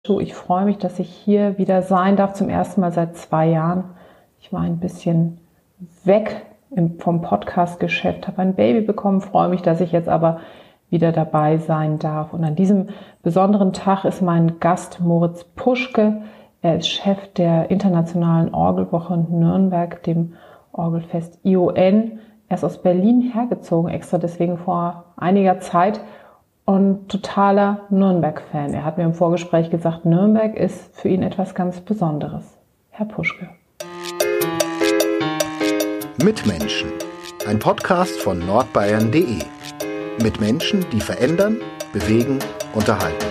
Ich freue mich, dass ich hier wieder sein darf, zum ersten Mal seit 2 Jahren. Ich war ein bisschen weg vom Podcast-Geschäft, habe ein Baby bekommen, freue mich, dass ich jetzt aber wieder dabei sein darf. Und an diesem besonderen Tag ist mein Gast Moritz Puschke. Er ist Chef der Internationalen Orgelwoche in Nürnberg, dem Orgelfest ION. Er ist aus Berlin hergezogen, extra deswegen vor einiger Zeit. Und totaler Nürnberg-Fan. Er hat mir im Vorgespräch gesagt, Nürnberg ist für ihn etwas ganz Besonderes. Herr Puschke. Mitmenschen. Ein Podcast von nordbayern.de. Mit Menschen, die verändern, bewegen, unterhalten.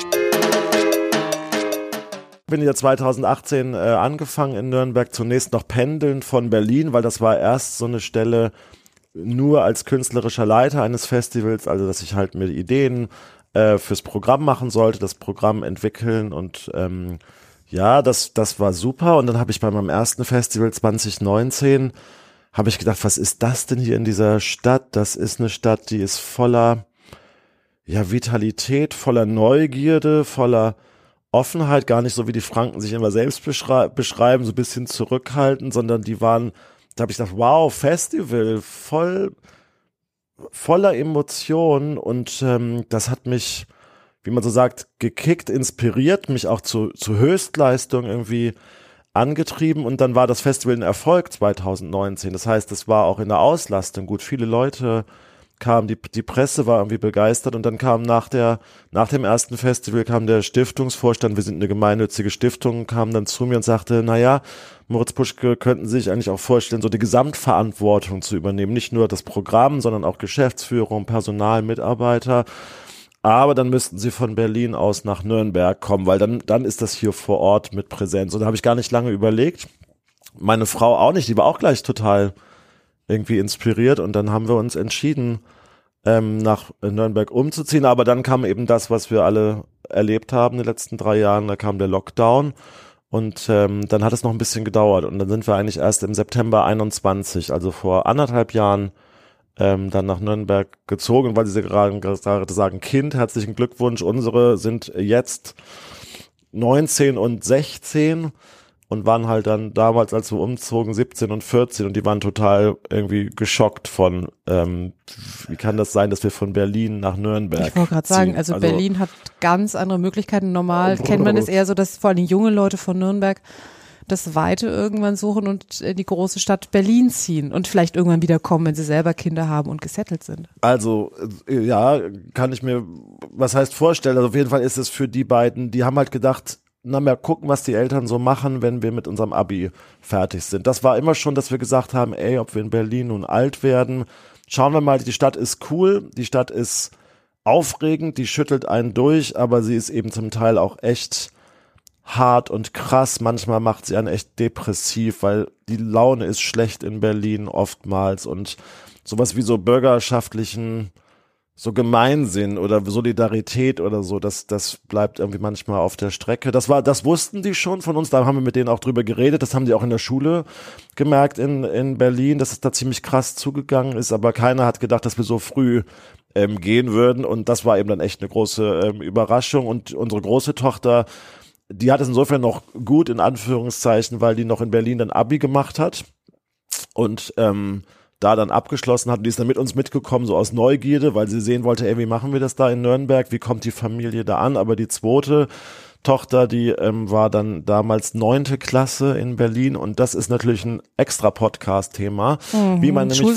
Ich bin ja 2018 angefangen in Nürnberg, zunächst noch pendelnd von Berlin, weil das war erst so eine Stelle nur als künstlerischer Leiter eines Festivals, also dass ich halt mir Ideen fürs Programm machen sollte, das Programm entwickeln und das war super. Und dann habe ich bei meinem ersten Festival 2019, habe ich gedacht, was ist das denn hier in dieser Stadt? Das ist eine Stadt, die ist voller Vitalität, voller Neugierde, voller Offenheit, gar nicht so wie die Franken sich immer selbst beschreiben, so ein bisschen zurückhaltend, sondern die waren. Da habe ich gedacht, wow, Festival, voller Emotionen und das hat mich, wie man so sagt, gekickt, inspiriert, mich auch zu Höchstleistung irgendwie angetrieben und dann war das Festival ein Erfolg 2019. Das heißt, es war auch in der Auslastung gut. Viele Leute kamen, die Presse war irgendwie begeistert und dann kam nach dem ersten Festival kam der Stiftungsvorstand, wir sind eine gemeinnützige Stiftung, kam dann zu mir und sagte, Moritz Puschke, könnten Sie sich eigentlich auch vorstellen, so die Gesamtverantwortung zu übernehmen, nicht nur das Programm, sondern auch Geschäftsführung, Personal, Mitarbeiter, aber dann müssten Sie von Berlin aus nach Nürnberg kommen, weil dann ist das hier vor Ort mit Präsenz und da habe ich gar nicht lange überlegt, meine Frau auch nicht, die war auch gleich total irgendwie inspiriert und dann haben wir uns entschieden, nach Nürnberg umzuziehen, aber dann kam eben das, was wir alle erlebt haben in den letzten 3 Jahren, da kam der Lockdown und dann hat es noch ein bisschen gedauert und dann sind wir eigentlich erst im September 21, also vor 1,5 Jahren, dann nach Nürnberg gezogen, weil Sie gerade sagen, Kind, herzlichen Glückwunsch, unsere sind jetzt 19 und 16 und waren halt dann damals, als wir umzogen, 17 und 14 und die waren total irgendwie geschockt von, wie kann das sein, dass wir von Berlin nach Nürnberg Ich wollte gerade sagen, also Berlin hat ganz andere Möglichkeiten. Normal kennt man es eher so, dass vor allem junge Leute von Nürnberg das Weite irgendwann suchen und in die große Stadt Berlin ziehen und vielleicht irgendwann wieder kommen, wenn sie selber Kinder haben und gesettelt sind. Also, ja, kann ich mir, was heißt vorstellen, also auf jeden Fall ist es für die beiden, die haben halt gedacht, mal gucken, was die Eltern so machen, wenn wir mit unserem Abi fertig sind. Das war immer schon, dass wir gesagt haben, ob wir in Berlin nun alt werden, schauen wir mal, die Stadt ist cool, die Stadt ist aufregend, die schüttelt einen durch, aber sie ist eben zum Teil auch echt hart und krass. Manchmal macht sie einen echt depressiv, weil die Laune ist schlecht in Berlin oftmals und sowas wie so bürgerschaftlichen so Gemeinsinn oder Solidarität oder so, das bleibt irgendwie manchmal auf der Strecke. Das wussten die schon von uns, da haben wir mit denen auch drüber geredet, das haben die auch in der Schule gemerkt in Berlin, dass es da ziemlich krass zugegangen ist, aber keiner hat gedacht, dass wir so früh gehen würden und das war eben dann echt eine große Überraschung und unsere große Tochter, die hat es insofern noch gut in Anführungszeichen, weil die noch in Berlin dann Abi gemacht hat und da dann abgeschlossen hat und die ist dann mit uns mitgekommen, so aus Neugierde, weil sie sehen wollte, wie machen wir das da in Nürnberg, wie kommt die Familie da an, aber die zweite Tochter, die war dann damals 9. Klasse in Berlin und das ist natürlich ein extra Podcast-Thema, wie man nämlich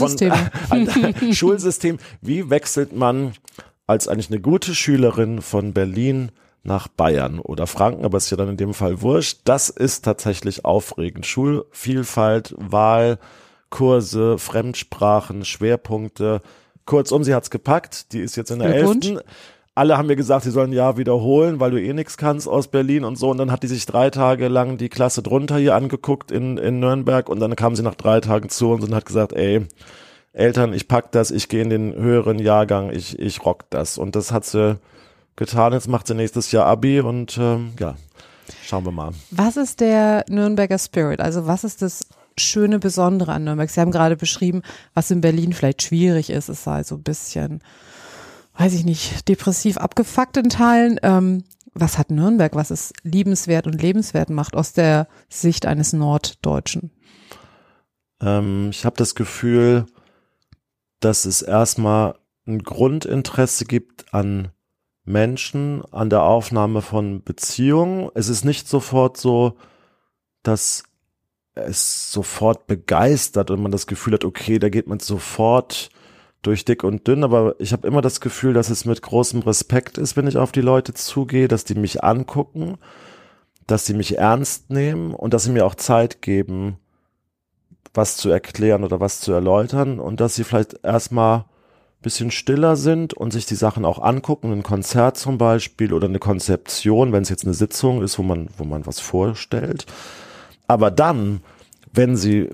Schulsystem, wie wechselt man als eigentlich eine gute Schülerin von Berlin nach Bayern oder Franken, aber ist ja dann in dem Fall wurscht, das ist tatsächlich aufregend, Schulvielfalt, Wahl, Kurse, Fremdsprachen, Schwerpunkte. Kurzum, sie hat's gepackt. Die ist jetzt in der 11. Alle haben mir gesagt, sie sollen ein Jahr wiederholen, weil du nichts kannst aus Berlin und so. Und dann hat die sich 3 Tage lang die Klasse drunter hier angeguckt in Nürnberg. Und dann kam sie nach 3 Tagen zu uns und hat gesagt, Eltern, ich pack das, ich gehe in den höheren Jahrgang, ich rock das. Und das hat sie getan. Jetzt macht sie nächstes Jahr Abi und schauen wir mal. Was ist der Nürnberger Spirit? Also was ist das schöne Besondere an Nürnberg? Sie haben gerade beschrieben, was in Berlin vielleicht schwierig ist. Es sei so ein bisschen weiß ich nicht, depressiv abgefuckt in Teilen. Was hat Nürnberg, was es liebenswert und lebenswert macht aus der Sicht eines Norddeutschen? Ich habe das Gefühl, dass es erstmal ein Grundinteresse gibt an Menschen, an der Aufnahme von Beziehungen. Es ist nicht sofort so, dass es sofort begeistert und man das Gefühl hat, okay, da geht man sofort durch dick und dünn, aber ich habe immer das Gefühl, dass es mit großem Respekt ist, wenn ich auf die Leute zugehe, dass die mich angucken, dass sie mich ernst nehmen und dass sie mir auch Zeit geben, was zu erklären oder was zu erläutern und dass sie vielleicht erstmal ein bisschen stiller sind und sich die Sachen auch angucken, ein Konzert zum Beispiel oder eine Konzeption, wenn es jetzt eine Sitzung ist, wo man was vorstellt. Aber dann, wenn sie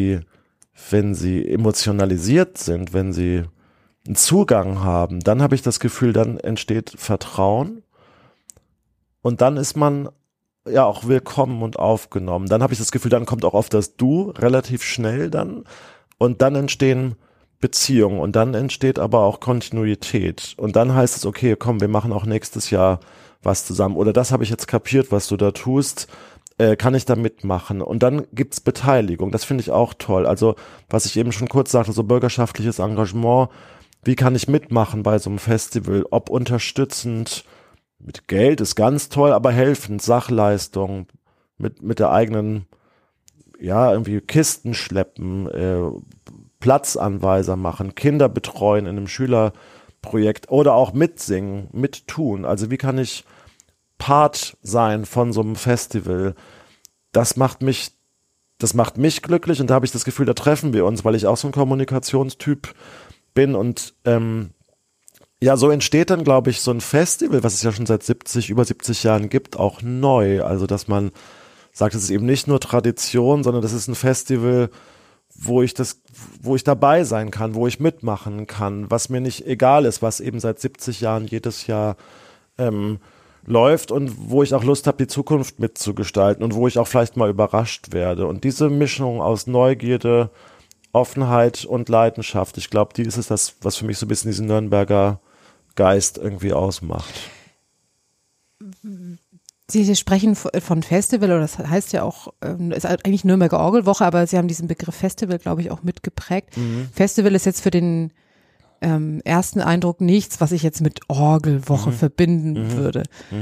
emotionalisiert sind, wenn sie einen Zugang haben, dann habe ich das Gefühl, dann entsteht Vertrauen und dann ist man ja auch willkommen und aufgenommen. Dann habe ich das Gefühl, dann kommt auch auf das Du relativ schnell dann und dann entstehen Beziehungen und dann entsteht aber auch Kontinuität und dann heißt es, okay, komm, wir machen auch nächstes Jahr was zusammen oder das habe ich jetzt kapiert, was du da tust, kann ich da mitmachen und dann gibt's Beteiligung, das finde ich auch toll, also was ich eben schon kurz sagte, so bürgerschaftliches Engagement, wie kann ich mitmachen bei so einem Festival, ob unterstützend, mit Geld ist ganz toll, aber helfend, Sachleistung, mit der eigenen, ja, irgendwie Kisten schleppen, Platzanweiser machen, Kinder betreuen in einem Schülerprojekt oder auch mitsingen, mittun, also wie kann ich Part sein von so einem Festival, das macht mich glücklich und da habe ich das Gefühl, da treffen wir uns, weil ich auch so ein Kommunikationstyp bin und ja, so entsteht dann, glaube ich, so ein Festival, was es ja schon seit über 70 Jahren gibt, auch neu, also dass man sagt, es ist eben nicht nur Tradition, sondern das ist ein Festival, wo ich dabei sein kann, wo ich mitmachen kann, was mir nicht egal ist, was eben seit 70 Jahren jedes Jahr läuft und wo ich auch Lust habe, die Zukunft mitzugestalten und wo ich auch vielleicht mal überrascht werde. Und diese Mischung aus Neugierde, Offenheit und Leidenschaft, ich glaube, die ist es das, was für mich so ein bisschen diesen Nürnberger Geist irgendwie ausmacht. Sie sprechen von Festival, oder das heißt ja auch, ist eigentlich Nürnberger Orgelwoche, aber Sie haben diesen Begriff Festival, glaube ich, auch mitgeprägt. Mhm. Festival ist jetzt für den ersten Eindruck nichts, was ich jetzt mit Orgelwoche verbinden würde.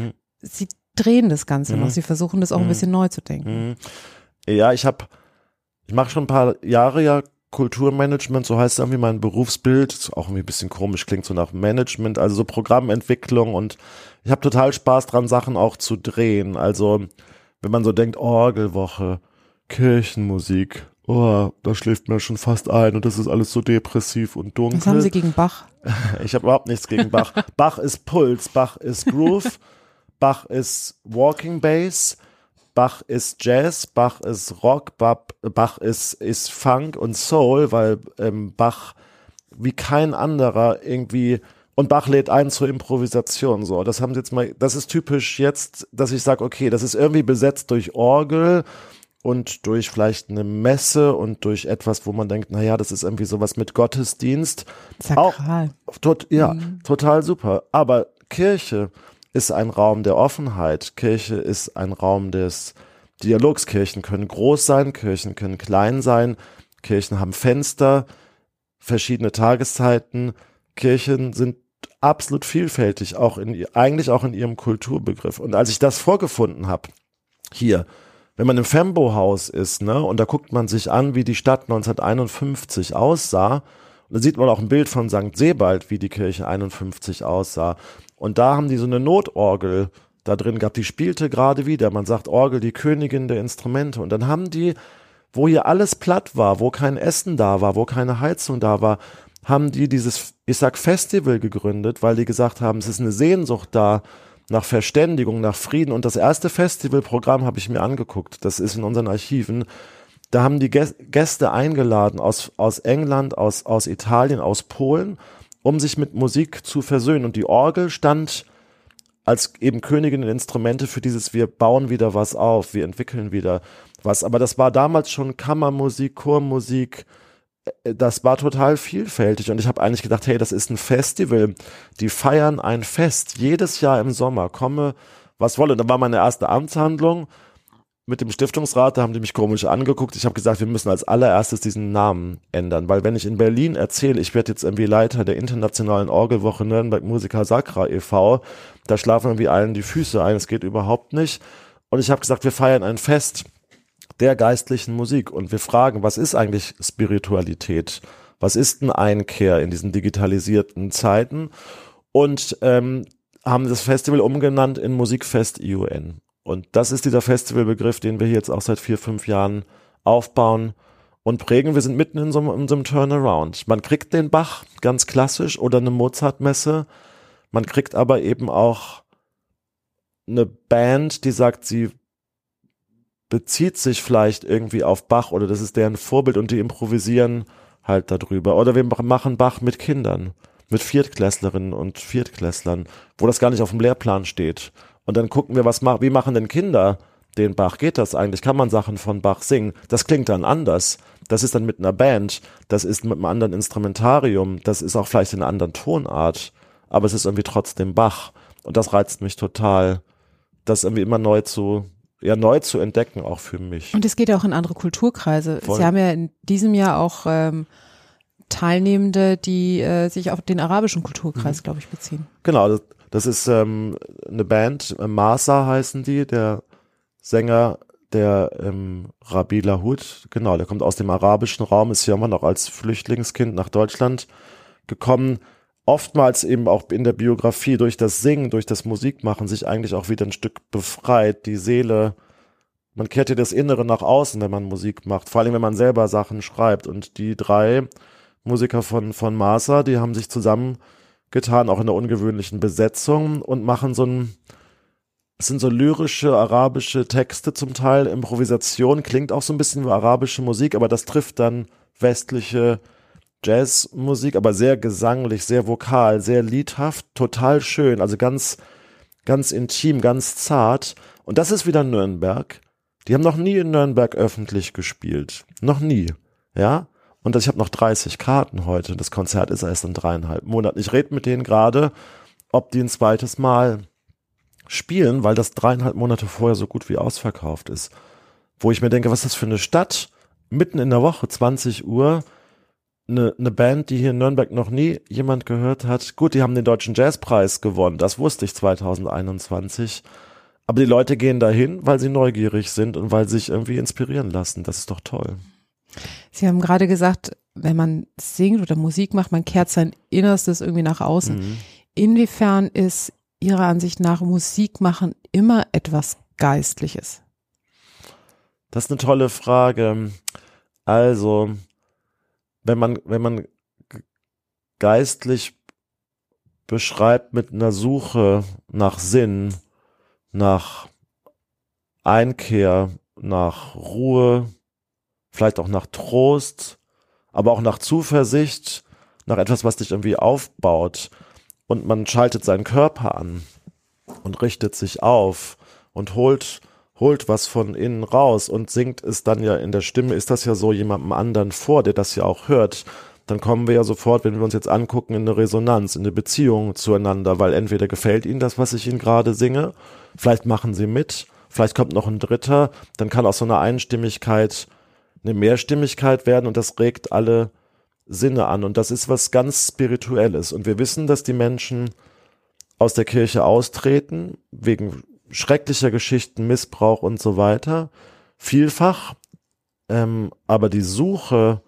Sie drehen das Ganze noch, Sie versuchen das auch ein bisschen neu zu denken. Ja, ich mache schon ein paar Jahre ja Kulturmanagement, so heißt irgendwie mein Berufsbild, ist auch irgendwie ein bisschen komisch, klingt so nach Management, also so Programmentwicklung und ich habe total Spaß dran, Sachen auch zu drehen, also wenn man so denkt, Orgelwoche, Kirchenmusik, oh, da schläft mir schon fast ein und das ist alles so depressiv und dunkel. Was haben Sie gegen Bach? Ich habe überhaupt nichts gegen Bach. Bach ist Puls, Bach ist Groove, Bach ist Walking Bass, Bach ist Jazz, Bach ist Rock, Bach ist Funk und Soul, weil Bach wie kein anderer irgendwie und Bach lädt ein zur Improvisation so. Das haben sie jetzt mal, das ist typisch jetzt, dass ich sage, okay, das ist irgendwie besetzt durch Orgel und durch vielleicht eine Messe und durch etwas, wo man denkt, naja, das ist irgendwie sowas mit Gottesdienst. Sakral. Auch, total super. Aber Kirche ist ein Raum der Offenheit. Kirche ist ein Raum des Dialogs. Kirchen können groß sein, Kirchen können klein sein. Kirchen haben Fenster, verschiedene Tageszeiten. Kirchen sind absolut vielfältig, eigentlich auch in ihrem Kulturbegriff. Und als ich das vorgefunden habe, hier, wenn man im Fembo-Haus ist, ne, und da guckt man sich an, wie die Stadt 1951 aussah, und da sieht man auch ein Bild von St. Sebald, wie die Kirche 51 aussah. Und da haben die so eine Notorgel da drin gehabt, die spielte gerade wieder. Man sagt Orgel, die Königin der Instrumente. Und dann haben die, wo hier alles platt war, wo kein Essen da war, wo keine Heizung da war, haben die dieses, ich sag Festival gegründet, weil die gesagt haben, es ist eine Sehnsucht da, nach Verständigung, nach Frieden. Und das erste Festivalprogramm habe ich mir angeguckt. Das ist in unseren Archiven. Da haben die Gäste eingeladen aus England, aus Italien, aus Polen, um sich mit Musik zu versöhnen. Und die Orgel stand als eben Königin der Instrumente für dieses, wir bauen wieder was auf, wir entwickeln wieder was. Aber das war damals schon Kammermusik, Chormusik, das war total vielfältig und ich habe eigentlich gedacht, hey, das ist ein Festival, die feiern ein Fest, jedes Jahr im Sommer, komme was wolle. Und dann war meine erste Amtshandlung mit dem Stiftungsrat, da haben die mich komisch angeguckt. Ich habe gesagt, wir müssen als allererstes diesen Namen ändern, weil wenn ich in Berlin erzähle, ich werde jetzt irgendwie Leiter der internationalen Orgelwoche Nürnberg Musica Sacra e.V., da schlafen irgendwie allen die Füße ein, es geht überhaupt nicht. Und ich habe gesagt, wir feiern ein Fest der geistlichen Musik und wir fragen, was ist eigentlich Spiritualität? Was ist eine Einkehr in diesen digitalisierten Zeiten? Und haben das Festival umgenannt in Musikfest IUN. Und das ist dieser Festivalbegriff, den wir hier jetzt auch seit 4-5 Jahren aufbauen und prägen. Wir sind mitten in so einem Turnaround. Man kriegt den Bach ganz klassisch oder eine Mozart-Messe. Man kriegt aber eben auch eine Band, die sagt, sie bezieht sich vielleicht irgendwie auf Bach oder das ist deren Vorbild und die improvisieren halt darüber. Oder wir machen Bach mit Kindern, mit Viertklässlerinnen und Viertklässlern, wo das gar nicht auf dem Lehrplan steht. Und dann gucken wir, wie machen denn Kinder den Bach? Geht das eigentlich? Kann man Sachen von Bach singen? Das klingt dann anders. Das ist dann mit einer Band. Das ist mit einem anderen Instrumentarium. Das ist auch vielleicht in einer anderen Tonart. Aber es ist irgendwie trotzdem Bach. Und das reizt mich total, das irgendwie immer neu zu entdecken, auch für mich. Und es geht ja auch in andere Kulturkreise. Voll. Sie haben ja in diesem Jahr auch Teilnehmende, die sich auf den arabischen Kulturkreis, glaube ich, beziehen. Genau, das ist eine Band, Masa heißen die, der Sänger, der Rabi Lahud, genau, der kommt aus dem arabischen Raum, ist hier immer noch als Flüchtlingskind nach Deutschland gekommen, oftmals eben auch in der Biografie durch das Singen, durch das Musikmachen sich eigentlich auch wieder ein Stück befreit, die Seele, man kehrt ja das Innere nach außen, wenn man Musik macht, vor allem wenn man selber Sachen schreibt und die 3 Musiker von Masa, die haben sich zusammengetan, auch in der ungewöhnlichen Besetzung und machen es sind so lyrische, arabische Texte zum Teil, Improvisation, klingt auch so ein bisschen wie arabische Musik, aber das trifft dann westliche Jazzmusik, aber sehr gesanglich, sehr vokal, sehr liedhaft, total schön, also ganz, ganz intim, ganz zart. Und das ist wieder Nürnberg. Die haben noch nie in Nürnberg öffentlich gespielt. Noch nie, ja. Und ich habe noch 30 Karten heute. Das Konzert ist erst in 3,5 Monaten. Ich rede mit denen gerade, ob die ein zweites Mal spielen, weil das 3,5 Monate vorher so gut wie ausverkauft ist. Wo ich mir denke, was ist das für eine Stadt? Mitten in der Woche, 20 Uhr, eine Band, die hier in Nürnberg noch nie jemand gehört hat. Gut, die haben den Deutschen Jazzpreis gewonnen. Das wusste ich 2021. Aber die Leute gehen dahin, weil sie neugierig sind und weil sie sich irgendwie inspirieren lassen. Das ist doch toll. Sie haben gerade gesagt, wenn man singt oder Musik macht, man kehrt sein Innerstes irgendwie nach außen. Mhm. Inwiefern ist Ihrer Ansicht nach Musik machen immer etwas Geistliches? Das ist eine tolle Frage. Also, wenn man geistlich beschreibt mit einer Suche nach Sinn, nach Einkehr, nach Ruhe, vielleicht auch nach Trost, aber auch nach Zuversicht, nach etwas, was dich irgendwie aufbaut und man schaltet seinen Körper an und richtet sich auf und holt was von innen raus und singt es dann ja in der Stimme, ist das ja so jemandem anderen vor, der das ja auch hört, dann kommen wir ja sofort, wenn wir uns jetzt angucken, in eine Resonanz, in eine Beziehung zueinander, weil entweder gefällt ihnen das, was ich ihnen gerade singe, vielleicht machen sie mit, vielleicht kommt noch ein Dritter, dann kann aus so einer Einstimmigkeit eine Mehrstimmigkeit werden und das regt alle Sinne an und das ist was ganz Spirituelles und wir wissen, dass die Menschen aus der Kirche austreten, wegen schrecklicher Geschichten, Missbrauch und so weiter, vielfach, aber die Suche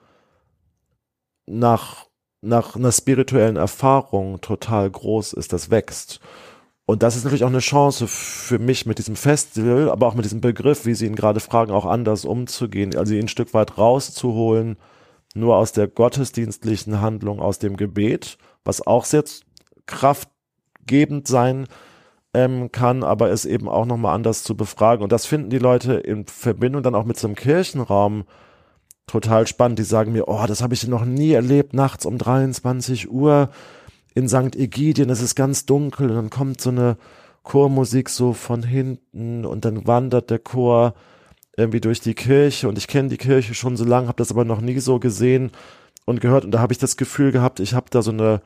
nach einer spirituellen Erfahrung total groß ist, das wächst. Und das ist natürlich auch eine Chance für mich mit diesem Festival, aber auch mit diesem Begriff, wie Sie ihn gerade fragen, auch anders umzugehen, also ihn ein Stück weit rauszuholen, nur aus der gottesdienstlichen Handlung, aus dem Gebet, was auch sehr kraftgebend sein kann, aber es eben auch nochmal anders zu befragen. Und das finden die Leute in Verbindung dann auch mit so einem Kirchenraum total spannend. Die sagen mir, oh, das habe ich noch nie erlebt, nachts um 23 Uhr in St. Egidien, es ist ganz dunkel und dann kommt so eine Chormusik so von hinten und dann wandert der Chor irgendwie durch die Kirche und ich kenne die Kirche schon so lange, habe das aber noch nie so gesehen. und gehört und da habe ich das Gefühl gehabt, ich habe da so eine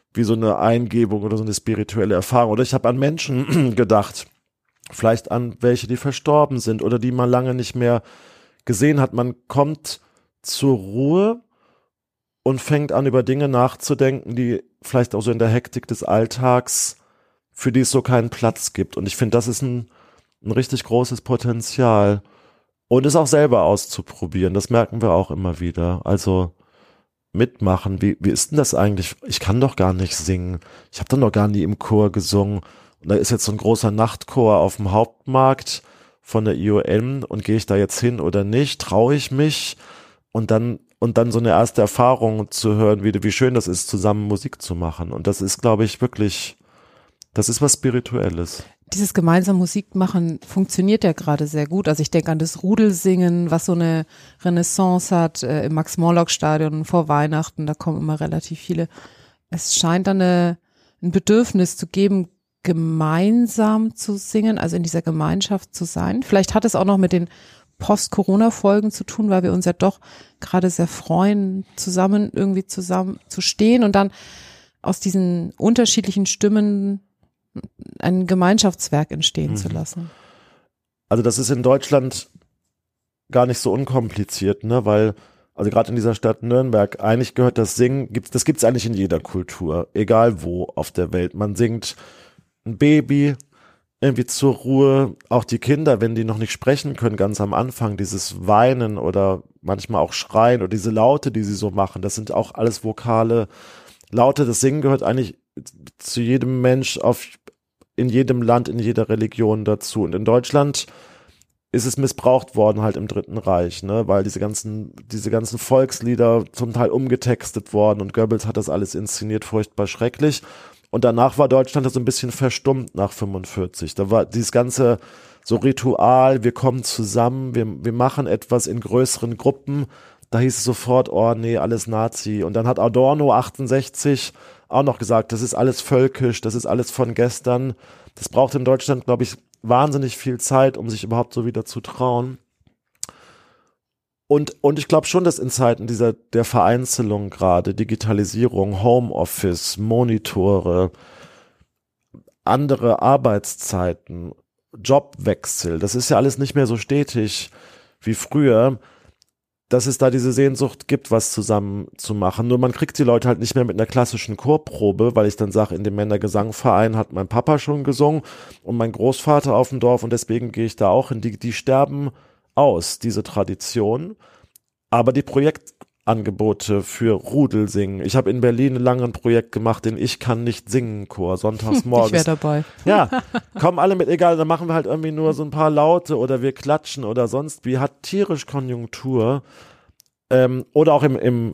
Eingebung oder so eine spirituelle Erfahrung oder ich habe an Menschen gedacht, vielleicht an welche, die verstorben sind oder die man lange nicht mehr gesehen hat. Man kommt zur Ruhe und fängt an, über Dinge nachzudenken, die vielleicht auch so in der Hektik des Alltags, für die es so keinen Platz gibt. Und ich finde, das ist ein richtig großes Potenzial. Und es auch selber auszuprobieren, das merken wir auch immer wieder. Also mitmachen, wie ist denn das eigentlich? Ich kann doch gar nicht singen. Ich habe doch noch gar nie im Chor gesungen. Und da ist jetzt so ein großer Nachtchor auf dem Hauptmarkt von der IOM und gehe ich da jetzt hin oder nicht? Traue ich mich? Und dann so eine erste Erfahrung zu hören, wie schön das ist, zusammen Musik zu machen. Und das ist, glaube ich, wirklich, das ist was Spirituelles. Dieses gemeinsam Musik machen funktioniert ja gerade sehr gut. Also ich denke an das Rudelsingen, was so eine Renaissance hat im Max-Morlock-Stadion vor Weihnachten. Da kommen immer relativ viele. Es scheint dann ein Bedürfnis zu geben, gemeinsam zu singen, also in dieser Gemeinschaft zu sein. Vielleicht hat es auch noch mit den Post-Corona-Folgen zu tun, weil wir uns ja doch gerade sehr freuen, zusammen zu stehen und dann aus diesen unterschiedlichen Stimmen ein Gemeinschaftswerk entstehen zu lassen. Also das ist in Deutschland gar nicht so unkompliziert, ne, weil, also gerade in dieser Stadt Nürnberg, eigentlich gehört das Singen, das gibt's eigentlich in jeder Kultur, egal wo auf der Welt. Man singt ein Baby irgendwie zur Ruhe, auch die Kinder, wenn die noch nicht sprechen können, ganz am Anfang, dieses Weinen oder manchmal auch Schreien oder diese Laute, die sie so machen, das sind auch alles vokale Laute. Das Singen gehört eigentlich zu jedem Mensch in jedem Land, in jeder Religion dazu. Und in Deutschland ist es missbraucht worden halt im Dritten Reich, ne, weil diese ganzen Volkslieder zum Teil umgetextet worden und Goebbels hat das alles inszeniert, furchtbar schrecklich. Und danach war Deutschland so ein bisschen verstummt nach 45. Da war dieses ganze so Ritual, wir kommen zusammen, wir machen etwas in größeren Gruppen. Da hieß es sofort, oh nee, alles Nazi. Und dann hat Adorno 68 auch noch gesagt, das ist alles völkisch, das ist alles von gestern. Das braucht in Deutschland, glaube ich, wahnsinnig viel Zeit, um sich überhaupt so wieder zu trauen. Und ich glaube schon, dass in Zeiten der Vereinzelung gerade, Digitalisierung, Homeoffice, Monitore, andere Arbeitszeiten, Jobwechsel, das ist ja alles nicht mehr so stetig wie früher, dass es da diese Sehnsucht gibt, was zusammen zu machen. Nur man kriegt die Leute halt nicht mehr mit einer klassischen Chorprobe, weil ich dann sage, in dem Männergesangverein hat mein Papa schon gesungen und mein Großvater auf dem Dorf und deswegen gehe ich da auch hin. Die sterben aus, diese Tradition. Aber die Projektangebote für Rudelsingen. Ich habe in Berlin lange ein Projekt gemacht, den Ich kann nicht singen Chor, sonntags morgens. Ich wäre dabei. Ja, kommen alle mit, egal, dann machen wir halt irgendwie nur so ein paar Laute oder wir klatschen oder sonst wie, hat tierisch Konjunktur. Oder auch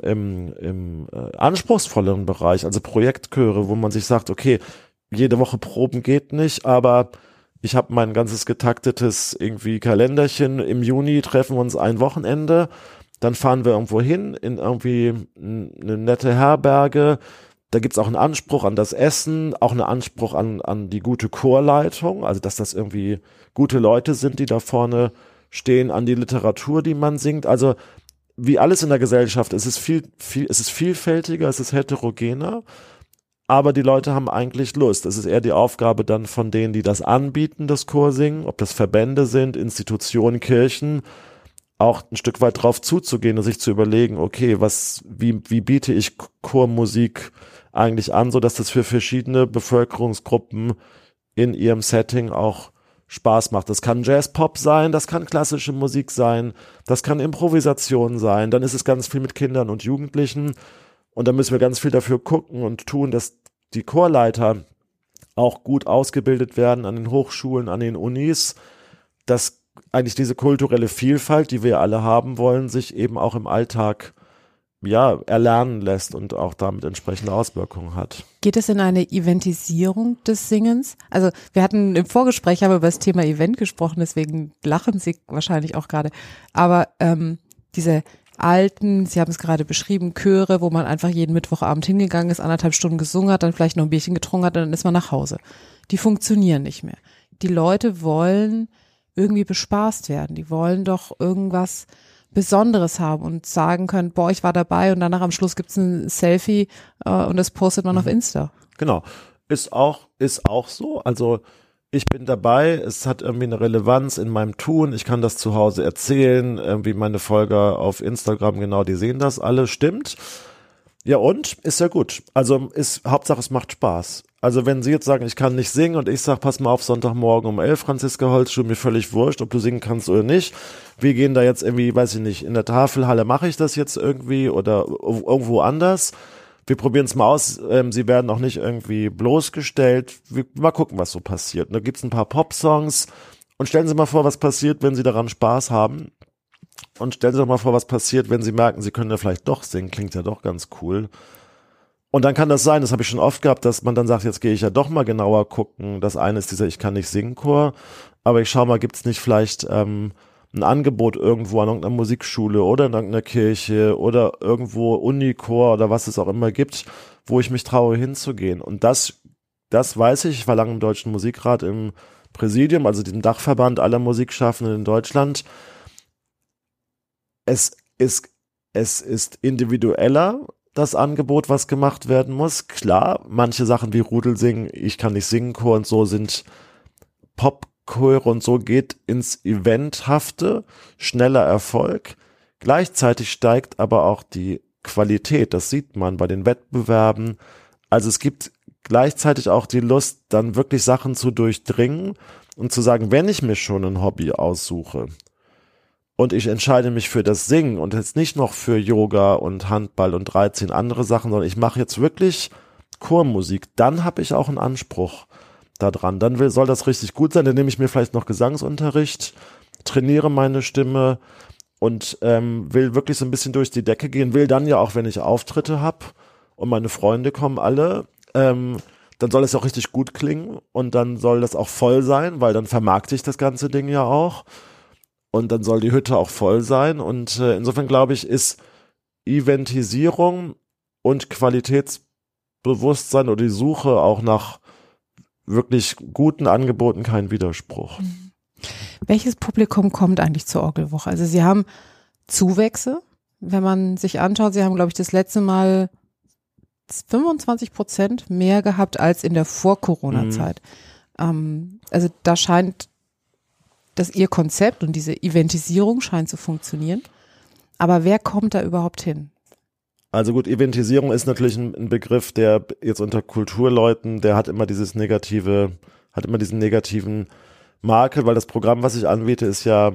im anspruchsvolleren Bereich, also Projektchöre, wo man sich sagt, okay, jede Woche proben geht nicht, aber ich habe mein ganzes getaktetes irgendwie Kalenderchen, im Juni treffen wir uns ein Wochenende, dann fahren wir irgendwo hin, in irgendwie eine nette Herberge, da gibt's auch einen Anspruch an das Essen, auch einen Anspruch an die gute Chorleitung, also dass das irgendwie gute Leute sind, die da vorne stehen, an die Literatur, die man singt, also wie alles in der Gesellschaft, es ist vielfältiger, es ist heterogener, aber die Leute haben eigentlich Lust. Es ist eher die Aufgabe dann von denen, die das anbieten, das Chorsingen, ob das Verbände sind, Institutionen, Kirchen, auch ein Stück weit drauf zuzugehen und sich zu überlegen, okay, wie biete ich Chormusik eigentlich an, sodass das für verschiedene Bevölkerungsgruppen in ihrem Setting auch Spaß macht. Das kann Jazz-Pop sein, das kann klassische Musik sein, das kann Improvisation sein, dann ist es ganz viel mit Kindern und Jugendlichen und da müssen wir ganz viel dafür gucken und tun, dass die Chorleiter auch gut ausgebildet werden an den Hochschulen, an den Unis, dass eigentlich diese kulturelle Vielfalt, die wir alle haben wollen, sich eben auch im Alltag erlernen lässt und auch damit entsprechende Auswirkungen hat. Geht es in eine Eventisierung des Singens? Also wir hatten im Vorgespräch über das Thema Event gesprochen, deswegen lachen Sie wahrscheinlich auch gerade. Aber diese alten, Sie haben es gerade beschrieben, Chöre, wo man einfach jeden Mittwochabend hingegangen ist, 1,5 Stunden gesungen hat, dann vielleicht noch ein Bierchen getrunken hat und dann ist man nach Hause. Die funktionieren nicht mehr. Die Leute wollen irgendwie bespaßt werden. Die wollen doch irgendwas, Besonderes haben und sagen können, boah, ich war dabei und danach am Schluss gibt's ein Selfie und das postet man auf Insta. Genau. Ist auch so. Also ich bin dabei, es hat irgendwie eine Relevanz in meinem Tun, ich kann das zu Hause erzählen, irgendwie meine Folger auf Instagram, genau, die sehen das alle, stimmt. Ja und? Ist ja gut. Also Hauptsache es macht Spaß. Also wenn Sie jetzt sagen, ich kann nicht singen und ich sage, pass mal auf, Sonntagmorgen um 11, Franziska Holzschuh, mir völlig wurscht, ob du singen kannst oder nicht. Wir gehen da jetzt irgendwie, weiß ich nicht, in der Tafelhalle mache ich das jetzt irgendwie oder irgendwo anders. Wir probieren es mal aus. Sie werden auch nicht irgendwie bloßgestellt. Mal gucken, was so passiert. Da gibt's ein paar Pop-Songs und stellen Sie mal vor, was passiert, wenn Sie daran Spaß haben. Und stellen Sie doch mal vor, was passiert, wenn Sie merken, Sie können ja vielleicht doch singen. Klingt ja doch ganz cool. Und dann kann das sein, das habe ich schon oft gehabt, dass man dann sagt, jetzt gehe ich ja doch mal genauer gucken. Das eine ist dieser Ich kann nicht singen Chor, aber ich schaue mal, gibt's nicht vielleicht ein Angebot irgendwo an irgendeiner Musikschule oder in irgendeiner Kirche oder irgendwo Unichor oder was es auch immer gibt, wo ich mich traue hinzugehen. Und das weiß ich war lange im Deutschen Musikrat im Präsidium, also diesem Dachverband aller Musikschaffenden in Deutschland. Es ist individueller, das Angebot, was gemacht werden muss. Klar, manche Sachen wie Rudelsingen, ich kann nicht singen, Chor und so sind Popchöre und so geht ins Eventhafte, schneller Erfolg. Gleichzeitig steigt aber auch die Qualität, das sieht man bei den Wettbewerben. Also es gibt gleichzeitig auch die Lust, dann wirklich Sachen zu durchdringen und zu sagen, wenn ich mir schon ein Hobby aussuche, und ich entscheide mich für das Singen und jetzt nicht noch für Yoga und Handball und 13 andere Sachen, sondern ich mache jetzt wirklich Chormusik. Dann habe ich auch einen Anspruch da dran. Dann soll das richtig gut sein. Dann nehme ich mir vielleicht noch Gesangsunterricht, trainiere meine Stimme und will wirklich so ein bisschen durch die Decke gehen. Will dann ja auch, wenn ich Auftritte habe und meine Freunde kommen alle, dann soll es auch richtig gut klingen und dann soll das auch voll sein, weil dann vermarkte ich das ganze Ding ja auch. Und dann soll die Hütte auch voll sein. Und insofern glaube ich, ist Eventisierung und Qualitätsbewusstsein oder die Suche auch nach wirklich guten Angeboten kein Widerspruch. Welches Publikum kommt eigentlich zur Orgelwoche? Also Sie haben Zuwächse, wenn man sich anschaut, Sie haben, glaube ich, das letzte Mal 25% mehr gehabt als in der Vor-Corona-Zeit. Also da scheint dass Ihr Konzept und diese Eventisierung scheint zu funktionieren. Aber wer kommt da überhaupt hin? Also gut, Eventisierung ist natürlich ein Begriff, der jetzt unter Kulturleuten, der hat immer diesen negativen Makel, weil das Programm, was ich anbiete, ist ja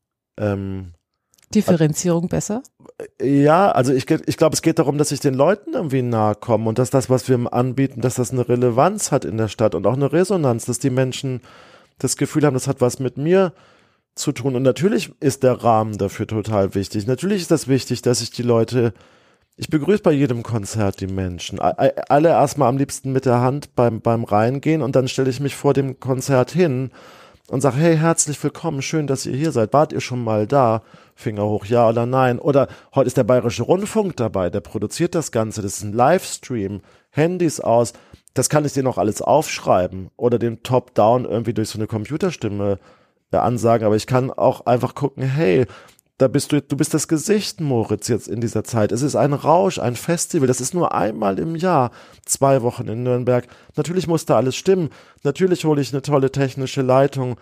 Differenzierung besser? Ja, also ich glaube, es geht darum, dass ich den Leuten irgendwie nahe komme und dass das, was wir anbieten, dass das eine Relevanz hat in der Stadt und auch eine Resonanz, dass die Menschen das Gefühl haben, das hat was mit mir zu tun. Und natürlich ist der Rahmen dafür total wichtig. Natürlich ist das wichtig, dass ich ich begrüße bei jedem Konzert die Menschen. Alle erstmal am liebsten mit der Hand beim Reingehen und dann stelle ich mich vor dem Konzert hin und sage, hey, herzlich willkommen, schön, dass ihr hier seid. Wart ihr schon mal da? Finger hoch, ja oder nein. Oder heute ist der Bayerische Rundfunk dabei, der produziert das Ganze. Das ist ein Livestream, Handys aus. Das kann ich dir noch alles aufschreiben oder den Top-Down irgendwie durch so eine Computerstimme ansagen, aber ich kann auch einfach gucken, hey, du bist das Gesicht, Moritz, jetzt in dieser Zeit. Es ist ein Rausch, ein Festival, das ist nur einmal im Jahr, 2 Wochen in Nürnberg. Natürlich muss da alles stimmen, natürlich hole ich eine tolle technische Leitung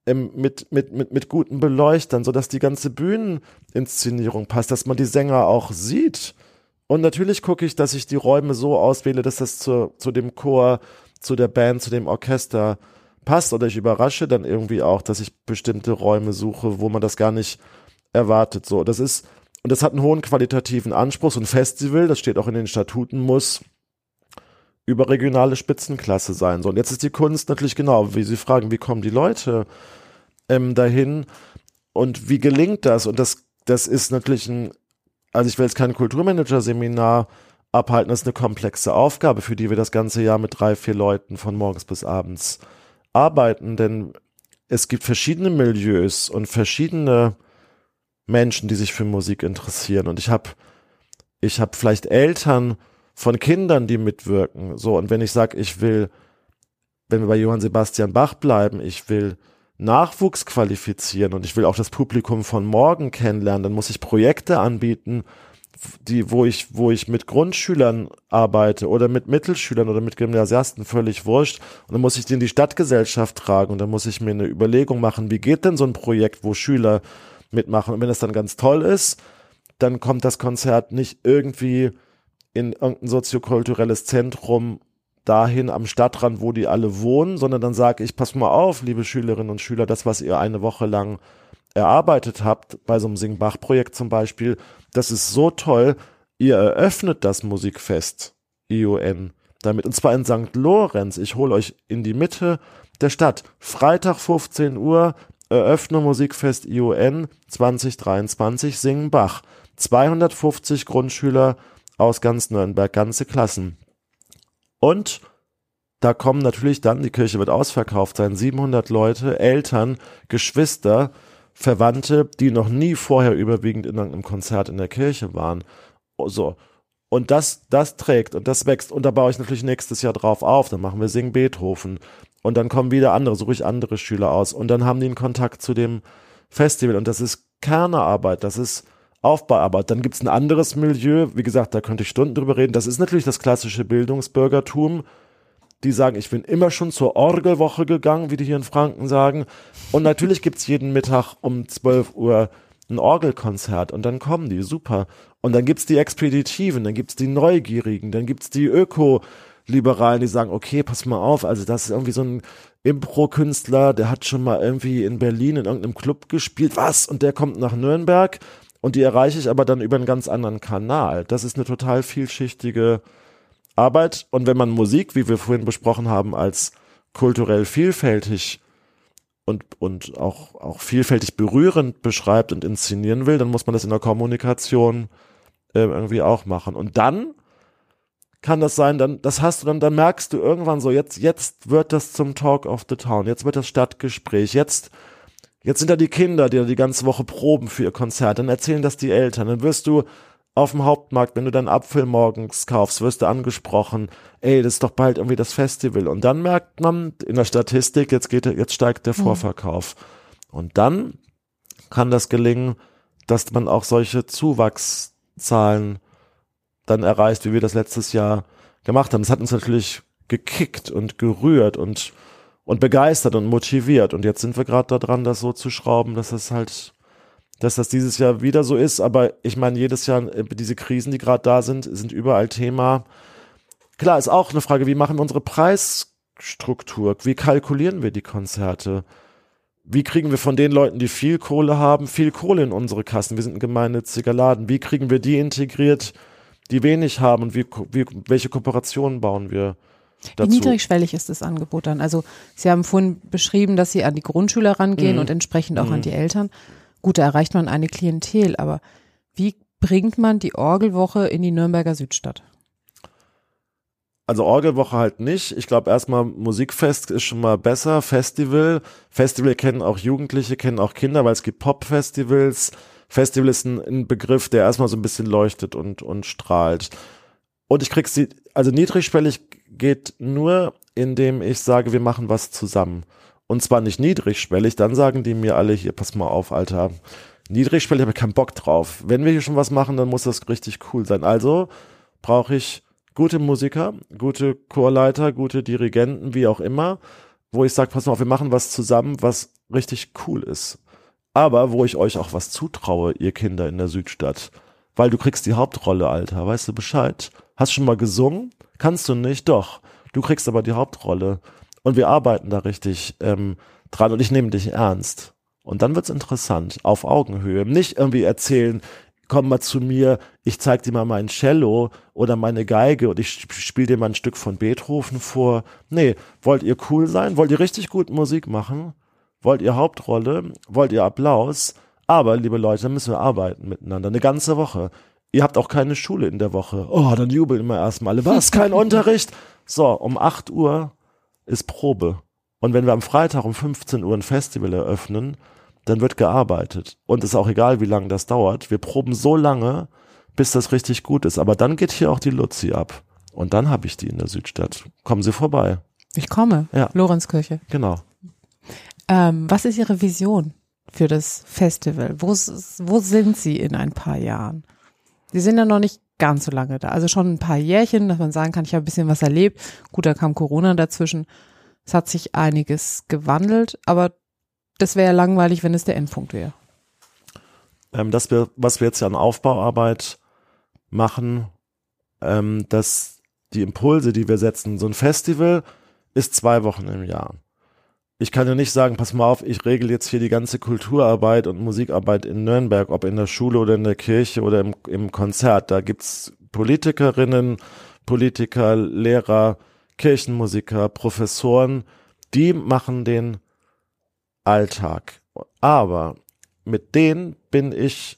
mit guten Beleuchtern, sodass die ganze Bühneninszenierung passt, dass man die Sänger auch sieht. Und natürlich gucke ich, dass ich die Räume so auswähle, dass das zu dem Chor, zu der Band, zu dem Orchester passt. Oder ich überrasche dann irgendwie auch, dass ich bestimmte Räume suche, wo man das gar nicht erwartet. So, das hat einen hohen qualitativen Anspruch. So ein Festival, das steht auch in den Statuten, muss überregionale Spitzenklasse sein. So, und jetzt ist die Kunst natürlich genau, wie Sie fragen, wie kommen die Leute dahin und wie gelingt das? Und das ist natürlich also ich will jetzt kein Kulturmanager-Seminar abhalten, das ist eine komplexe Aufgabe, für die wir das ganze Jahr mit 3-4 Leuten von morgens bis abends arbeiten, denn es gibt verschiedene Milieus und verschiedene Menschen, die sich für Musik interessieren und ich habe vielleicht Eltern von Kindern, die mitwirken, so, und wenn ich sage, wenn wir bei Johann Sebastian Bach bleiben, ich will Nachwuchs qualifizieren und ich will auch das Publikum von morgen kennenlernen, dann muss ich Projekte anbieten, wo ich mit Grundschülern arbeite oder mit Mittelschülern oder mit Gymnasiasten, völlig wurscht. Und dann muss ich die in die Stadtgesellschaft tragen und dann muss ich mir eine Überlegung machen, wie geht denn so ein Projekt, wo Schüler mitmachen. Und wenn das dann ganz toll ist, dann kommt das Konzert nicht irgendwie in irgendein soziokulturelles Zentrum dahin am Stadtrand, wo die alle wohnen, sondern dann sage ich, pass mal auf, liebe Schülerinnen und Schüler, das, was ihr eine Woche lang erarbeitet habt, bei so einem Sing-Bach-Projekt zum Beispiel, das ist so toll, ihr eröffnet das Musikfest ION damit, und zwar in St. Lorenz. Ich hole euch in die Mitte der Stadt. Freitag 15 Uhr, Eröffnung Musikfest ION 2023, Singen Bach. 250 Grundschüler aus ganz Nürnberg, ganze Klassen. Und da kommen natürlich dann, die Kirche wird ausverkauft sein, 700 Leute, Eltern, Geschwister, Verwandte, die noch nie vorher überwiegend in einem Konzert in der Kirche waren. So. Und das trägt und das wächst. Und da baue ich natürlich nächstes Jahr drauf auf. Dann machen wir Sing Beethoven. Und dann kommen wieder andere, suche ich andere Schüler aus. Und dann haben die einen Kontakt zu dem Festival. Und das ist Kernearbeit, das ist Aufbauarbeit. Dann gibt es ein anderes Milieu. Wie gesagt, da könnte ich Stunden drüber reden. Das ist natürlich das klassische Bildungsbürgertum. Die sagen, ich bin immer schon zur Orgelwoche gegangen, wie die hier in Franken sagen. Und natürlich gibt's jeden Mittag um 12 Uhr ein Orgelkonzert. Und dann kommen die, super. Und dann gibt's die Expeditiven, dann gibt's die Neugierigen, dann gibt's die Öko-Liberalen, die sagen, okay, pass mal auf, also das ist irgendwie so ein Impro-Künstler, der hat schon mal irgendwie in Berlin in irgendeinem Club gespielt. Was? Und der kommt nach Nürnberg. Und die erreiche ich aber dann über einen ganz anderen Kanal. Das ist eine total vielschichtige Arbeit. Und wenn man Musik, wie wir vorhin besprochen haben, als kulturell vielfältig und auch vielfältig berührend beschreibt und inszenieren will, dann muss man das in der Kommunikation irgendwie auch machen. Und dann kann das sein, dann merkst du irgendwann so, jetzt wird das zum Talk of the Town, jetzt wird das Stadtgespräch, jetzt sind da die Kinder, die da die ganze Woche proben für ihr Konzert, dann erzählen das die Eltern, dann wirst du auf dem Hauptmarkt, wenn du deinen Apfel morgens kaufst, wirst du angesprochen, ey, das ist doch bald irgendwie das Festival. Und dann merkt man in der Statistik, jetzt steigt der Vorverkauf. Und dann kann das gelingen, dass man auch solche Zuwachszahlen dann erreicht, wie wir das letztes Jahr gemacht haben. Das hat uns natürlich gekickt und gerührt und begeistert und motiviert. Und jetzt sind wir gerade daran, das so zu schrauben, dass das dieses Jahr wieder so ist, aber ich meine, jedes Jahr diese Krisen, die gerade da sind überall Thema. Klar, ist auch eine Frage, wie machen wir unsere Preisstruktur? Wie kalkulieren wir die Konzerte? Wie kriegen wir von den Leuten, die viel Kohle haben, viel Kohle in unsere Kassen? Wir sind ein gemeinnütziger Laden. Wie kriegen wir die integriert, die wenig haben? Und welche Kooperationen bauen wir dazu? Wie niedrigschwellig ist das Angebot dann? Also Sie haben vorhin beschrieben, dass Sie an die Grundschüler rangehen und entsprechend auch an die Eltern. Gut, da erreicht man eine Klientel, aber wie bringt man die Orgelwoche in die Nürnberger Südstadt? Also Orgelwoche halt nicht. Ich glaube erstmal Musikfest ist schon mal besser. Festival kennen auch Jugendliche, kennen auch Kinder, weil es gibt Pop-Festivals. Festival ist ein Begriff, der erstmal so ein bisschen leuchtet und strahlt. Und ich krieg sie, also niedrigschwellig geht nur, indem ich sage, wir machen was zusammen. Und zwar nicht niedrigschwellig, dann sagen die mir alle hier, pass mal auf, Alter, niedrigschwellig habe ich keinen Bock drauf. Wenn wir hier schon was machen, dann muss das richtig cool sein. Also brauche ich gute Musiker, gute Chorleiter, gute Dirigenten, wie auch immer, wo ich sage, pass mal auf, wir machen was zusammen, was richtig cool ist. Aber wo ich euch auch was zutraue, ihr Kinder in der Südstadt. Weil du kriegst die Hauptrolle, Alter, weißt du Bescheid? Hast schon mal gesungen? Kannst du nicht? Doch. Du kriegst aber die Hauptrolle. Und wir arbeiten da richtig dran und ich nehme dich ernst. Und dann wird's interessant, auf Augenhöhe. Nicht irgendwie erzählen, komm mal zu mir, ich zeig dir mal mein Cello oder meine Geige und ich spiele dir mal ein Stück von Beethoven vor. Nee, wollt ihr cool sein? Wollt ihr richtig gut Musik machen? Wollt ihr Hauptrolle? Wollt ihr Applaus? Aber, liebe Leute, dann müssen wir arbeiten miteinander, eine ganze Woche. Ihr habt auch keine Schule in der Woche. Oh, dann jubeln immer erstmal alle. Was? Kein Unterricht? So, um 8 Uhr ist Probe. Und wenn wir am Freitag um 15 Uhr ein Festival eröffnen, dann wird gearbeitet. Und es ist auch egal, wie lange das dauert. Wir proben so lange, bis das richtig gut ist. Aber dann geht hier auch die Luzi ab. Und dann habe ich die in der Südstadt. Kommen Sie vorbei. Ich komme. Ja. Lorenzkirche. Genau. Was ist Ihre Vision für das Festival? Wo sind Sie in ein paar Jahren? Sie sind ja noch nicht ganz so lange da, also schon ein paar Jährchen, dass man sagen kann, ich habe ein bisschen was erlebt. Gut, da kam Corona dazwischen. Es hat sich einiges gewandelt, aber das wäre ja langweilig, wenn es der Endpunkt wäre. Was wir jetzt ja an Aufbauarbeit machen, dass die Impulse, die wir setzen, so ein Festival ist 2 Wochen im Jahr. Ich kann ja nicht sagen, pass mal auf, ich regel jetzt hier die ganze Kulturarbeit und Musikarbeit in Nürnberg, ob in der Schule oder in der Kirche oder im Konzert. Da gibt's Politikerinnen, Politiker, Lehrer, Kirchenmusiker, Professoren, die machen den Alltag. Aber mit denen bin ich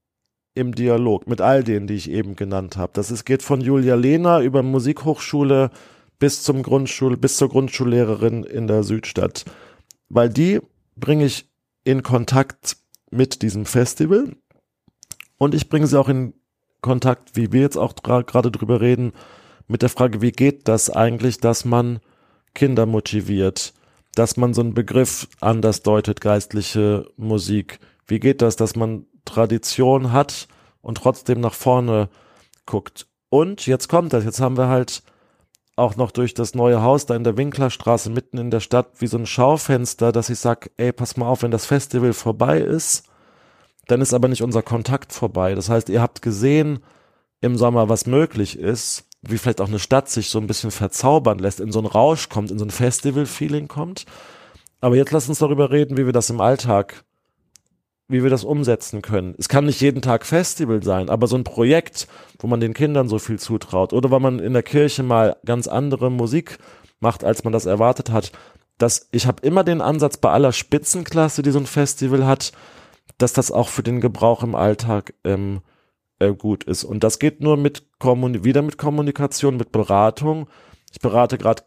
im Dialog, mit all denen, die ich eben genannt habe. Geht von Julia Lehner über Musikhochschule bis zur Grundschullehrerin in der Südstadt. Weil die bringe ich in Kontakt mit diesem Festival und ich bringe sie auch in Kontakt, wie wir jetzt auch gerade drüber reden, mit der Frage, wie geht das eigentlich, dass man Kinder motiviert, dass man so einen Begriff anders deutet, geistliche Musik. Wie geht das, dass man Tradition hat und trotzdem nach vorne guckt? Und jetzt kommt das, jetzt haben wir halt auch noch durch das neue Haus da in der Winklerstraße mitten in der Stadt wie so ein Schaufenster, dass ich sage, ey, pass mal auf, wenn das Festival vorbei ist, dann ist aber nicht unser Kontakt vorbei. Das heißt, ihr habt gesehen im Sommer, was möglich ist, wie vielleicht auch eine Stadt sich so ein bisschen verzaubern lässt, in so einen Rausch kommt, in so ein Festival-Feeling kommt. Aber jetzt lasst uns darüber reden, wie wir das im Alltag, wie wir das umsetzen können. Es kann nicht jeden Tag Festival sein, aber so ein Projekt, wo man den Kindern so viel zutraut oder wo man in der Kirche mal ganz andere Musik macht, als man das erwartet hat. Ich habe immer den Ansatz bei aller Spitzenklasse, die so ein Festival hat, dass das auch für den Gebrauch im Alltag gut ist. Und das geht nur wieder mit Kommunikation, mit Beratung. Ich berate gerade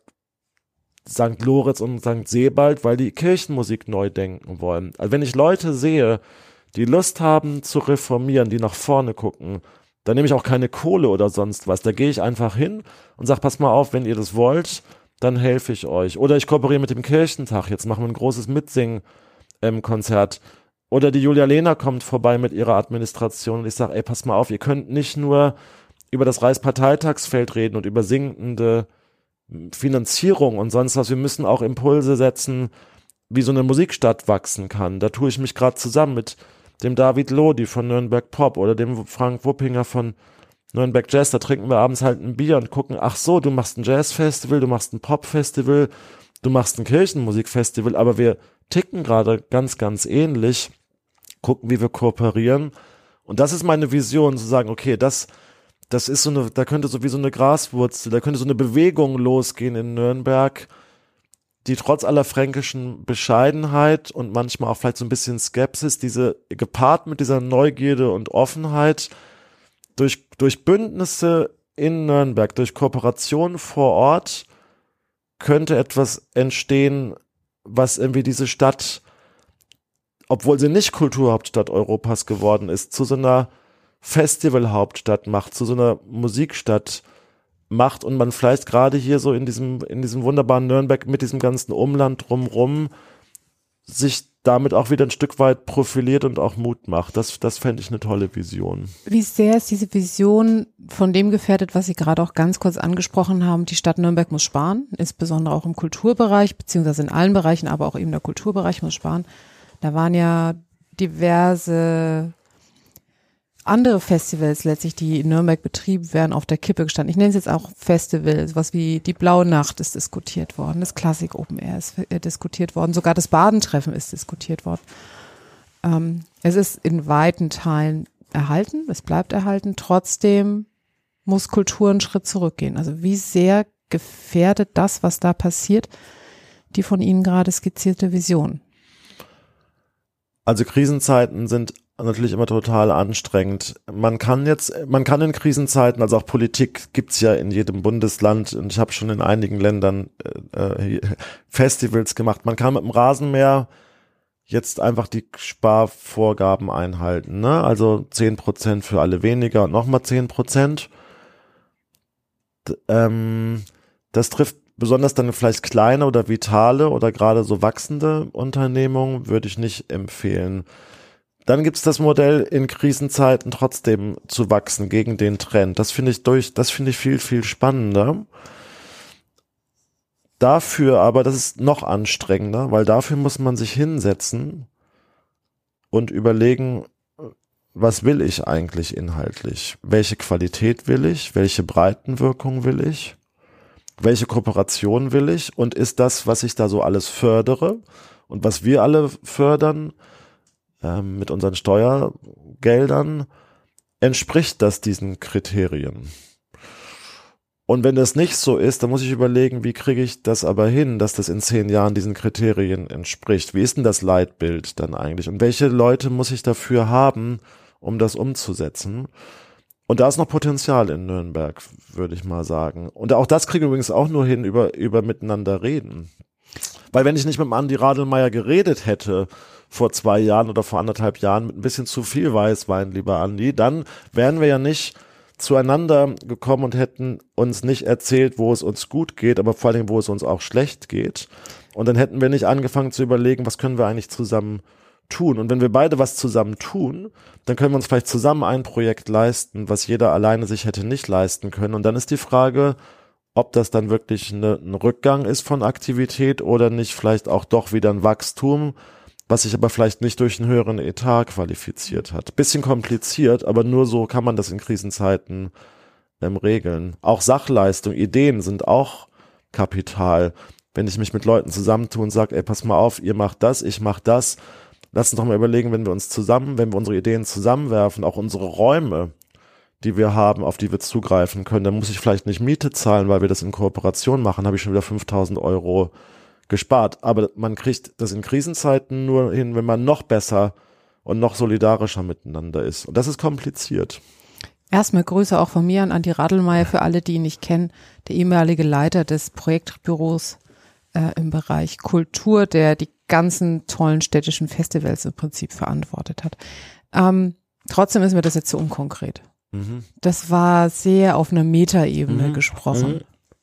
St. Lorenz und St. Sebald, weil die Kirchenmusik neu denken wollen. Also wenn ich Leute sehe, die Lust haben zu reformieren, die nach vorne gucken, dann nehme ich auch keine Kohle oder sonst was. Da gehe ich einfach hin und sage, pass mal auf, wenn ihr das wollt, dann helfe ich euch. Oder ich kooperiere mit dem Kirchentag. Jetzt machen wir ein großes Mitsingen-Konzert. Oder die Julia Lehner kommt vorbei mit ihrer Administration und ich sage, ey, pass mal auf, ihr könnt nicht nur über das Reichsparteitagsfeld reden und über sinkende Finanzierung und sonst was. Wir müssen auch Impulse setzen, wie so eine Musikstadt wachsen kann. Da tue ich mich gerade zusammen mit dem David Lodi von Nürnberg Pop oder dem Frank Wuppinger von Nürnberg Jazz. Da trinken wir abends halt ein Bier und gucken, ach so, du machst ein Jazzfestival, du machst ein Popfestival, du machst ein Kirchenmusikfestival, aber wir ticken gerade ganz, ganz ähnlich, gucken, wie wir kooperieren. Und das ist meine Vision, zu sagen, okay, das ist so eine, da könnte so wie so eine Graswurzel, da könnte so eine Bewegung losgehen in Nürnberg, die trotz aller fränkischen Bescheidenheit und manchmal auch vielleicht so ein bisschen Skepsis, gepaart mit dieser Neugierde und Offenheit, durch Bündnisse in Nürnberg, durch Kooperation vor Ort, könnte etwas entstehen, was irgendwie diese Stadt, obwohl sie nicht Kulturhauptstadt Europas geworden ist, zu so einer Festivalhauptstadt macht, zu so einer Musikstadt macht und man vielleicht gerade hier so in diesem wunderbaren Nürnberg mit diesem ganzen Umland drumrum sich damit auch wieder ein Stück weit profiliert und auch Mut macht. Das fände ich eine tolle Vision. Wie sehr ist diese Vision von dem gefährdet, was Sie gerade auch ganz kurz angesprochen haben? Die Stadt Nürnberg muss sparen, insbesondere auch im Kulturbereich, beziehungsweise in allen Bereichen, aber auch eben der Kulturbereich muss sparen. Da waren ja diverse andere Festivals letztlich, die in Nürnberg betrieben werden, auf der Kippe gestanden. Ich nenne es jetzt auch Festivals, was wie die Blaue Nacht ist diskutiert worden, das Klassik Open Air ist diskutiert worden, sogar das Badentreffen ist diskutiert worden. Es ist in weiten Teilen erhalten, es bleibt erhalten, trotzdem muss Kultur einen Schritt zurückgehen. Also wie sehr gefährdet das, was da passiert, die von Ihnen gerade skizzierte Vision? Also Krisenzeiten sind natürlich immer total anstrengend. Man kann in Krisenzeiten, also auch Politik gibt's ja in jedem Bundesland und ich habe schon in einigen Ländern Festivals gemacht. Man kann mit dem Rasenmäher jetzt einfach die Sparvorgaben einhalten, ne? Also 10% für alle weniger und nochmal 10%. Das trifft besonders dann vielleicht kleine oder vitale oder gerade so wachsende Unternehmungen würde ich nicht empfehlen. Dann gibt es das Modell, in Krisenzeiten trotzdem zu wachsen gegen den Trend. Das finde ich viel, viel spannender. Dafür aber, das ist noch anstrengender, weil dafür muss man sich hinsetzen und überlegen, was will ich eigentlich inhaltlich? Welche Qualität will ich? Welche Breitenwirkung will ich? Welche Kooperation will ich? Und ist das, was ich da so alles fördere und was wir alle fördern mit unseren Steuergeldern, entspricht das diesen Kriterien? Und wenn das nicht so ist, dann muss ich überlegen, wie kriege ich das aber hin, dass das in 10 Jahren diesen Kriterien entspricht? Wie ist denn das Leitbild dann eigentlich? Und welche Leute muss ich dafür haben, um das umzusetzen? Und da ist noch Potenzial in Nürnberg, würde ich mal sagen. Und auch das kriege ich übrigens auch nur hin über miteinander reden. Weil wenn ich nicht mit dem Andi Radelmeier geredet hätte vor 2 Jahren oder vor 1,5 Jahren mit ein bisschen zu viel Weißwein, lieber Andi, dann wären wir ja nicht zueinander gekommen und hätten uns nicht erzählt, wo es uns gut geht, aber vor allem, wo es uns auch schlecht geht. Und dann hätten wir nicht angefangen zu überlegen, was können wir eigentlich zusammen tun. Und wenn wir beide was zusammen tun, dann können wir uns vielleicht zusammen ein Projekt leisten, was jeder alleine sich hätte nicht leisten können. Und dann ist die Frage, ob das dann wirklich ein Rückgang ist von Aktivität oder nicht vielleicht auch doch wieder ein Wachstum, was sich aber vielleicht nicht durch einen höheren Etat qualifiziert hat. Bisschen kompliziert, aber nur so kann man das in Krisenzeiten regeln. Auch Sachleistung, Ideen sind auch Kapital. Wenn ich mich mit Leuten zusammentue und sage, ey, pass mal auf, ihr macht das, ich mach das. Lass uns doch mal überlegen, wenn wir unsere Ideen zusammenwerfen, auch unsere Räume, die wir haben, auf die wir zugreifen können, dann muss ich vielleicht nicht Miete zahlen, weil wir das in Kooperation machen, habe ich schon wieder 5.000 Euro gespart. Aber man kriegt das in Krisenzeiten nur hin, wenn man noch besser und noch solidarischer miteinander ist. Und das ist kompliziert. Erstmal Grüße auch von mir an Andi Radelmeier, für alle, die ihn nicht kennen, der ehemalige Leiter des Projektbüros im Bereich Kultur, der die ganzen tollen städtischen Festivals im Prinzip verantwortet hat. Trotzdem ist mir das jetzt zu unkonkret. Mhm. Das war sehr auf einer Metaebene gesprochen.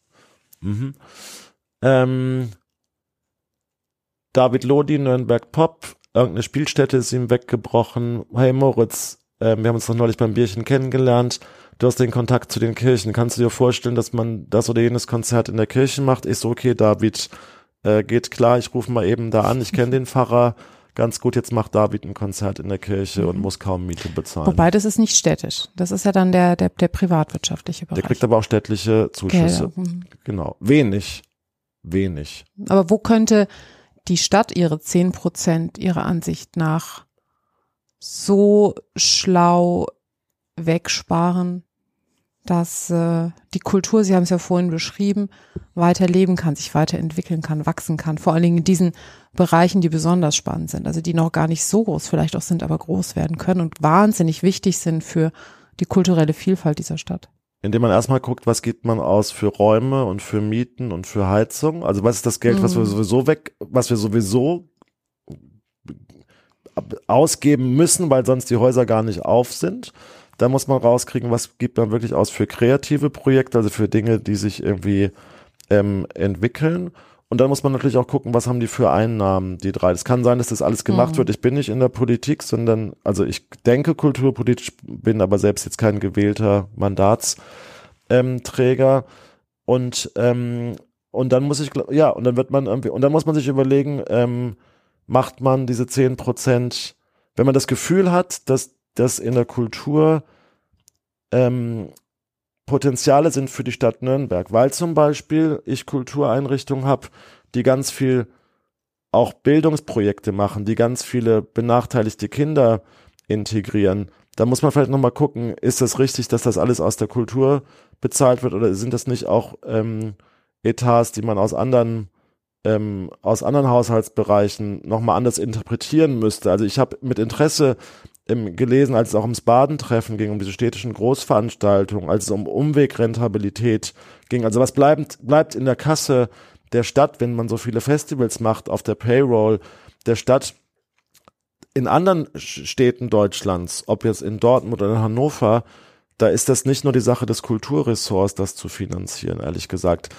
David Lodi, Nürnberg Pop, irgendeine Spielstätte ist ihm weggebrochen. Hey Moritz, wir haben uns doch neulich beim Bierchen kennengelernt. Du hast den Kontakt zu den Kirchen. Kannst du dir vorstellen, dass man das oder jenes Konzert in der Kirche macht? Ich so, okay, David, geht klar, ich rufe mal eben da an. Ich kenne den Pfarrer ganz gut. Jetzt macht David ein Konzert in der Kirche und muss kaum Miete bezahlen. Wobei, das ist nicht städtisch. Das ist ja dann der privatwirtschaftliche Bereich. Der kriegt aber auch städtliche Zuschüsse. Genau. Wenig. Aber wo könnte die Stadt ihre 10% ihrer Ansicht nach so schlau wegsparen, dass die Kultur, Sie haben es ja vorhin beschrieben, weiterleben kann, sich weiterentwickeln kann, wachsen kann, vor allen Dingen in diesen Bereichen, die besonders spannend sind, also die noch gar nicht so groß vielleicht auch sind, aber groß werden können und wahnsinnig wichtig sind für die kulturelle Vielfalt dieser Stadt. Indem man erstmal guckt, was gibt man aus für Räume und für Mieten und für Heizung. Also was ist das Geld, was wir sowieso ausgeben müssen, weil sonst die Häuser gar nicht auf sind. Da muss man rauskriegen, was gibt man wirklich aus für kreative Projekte, also für Dinge, die sich irgendwie entwickeln. Und dann muss man natürlich auch gucken, was haben die für Einnahmen, die 3. Es kann sein, dass das alles gemacht wird. Ich bin nicht in der Politik, sondern, also ich denke kulturpolitisch, bin aber selbst jetzt kein gewählter Mandatsträger. Und dann muss ich, ja, und dann wird man irgendwie, und dann muss man sich überlegen, macht man diese 10%, wenn man das Gefühl hat, dass das in der Kultur Potenziale sind für die Stadt Nürnberg, weil zum Beispiel ich Kultureinrichtungen habe, die ganz viel auch Bildungsprojekte machen, die ganz viele benachteiligte Kinder integrieren. Da muss man vielleicht nochmal gucken, ist das richtig, dass das alles aus der Kultur bezahlt wird oder sind das nicht auch Etats, die man aus anderen Haushaltsbereichen nochmal anders interpretieren müsste. Also ich habe mit Interesse gelesen, als es auch ums Badentreffen ging, um diese städtischen Großveranstaltungen, als es um Umwegrentabilität ging. Also was bleibt in der Kasse der Stadt, wenn man so viele Festivals macht, auf der Payroll der Stadt? In anderen Städten Deutschlands, ob jetzt in Dortmund oder in Hannover, da ist das nicht nur die Sache des Kulturressorts, das zu finanzieren, ehrlich gesagt.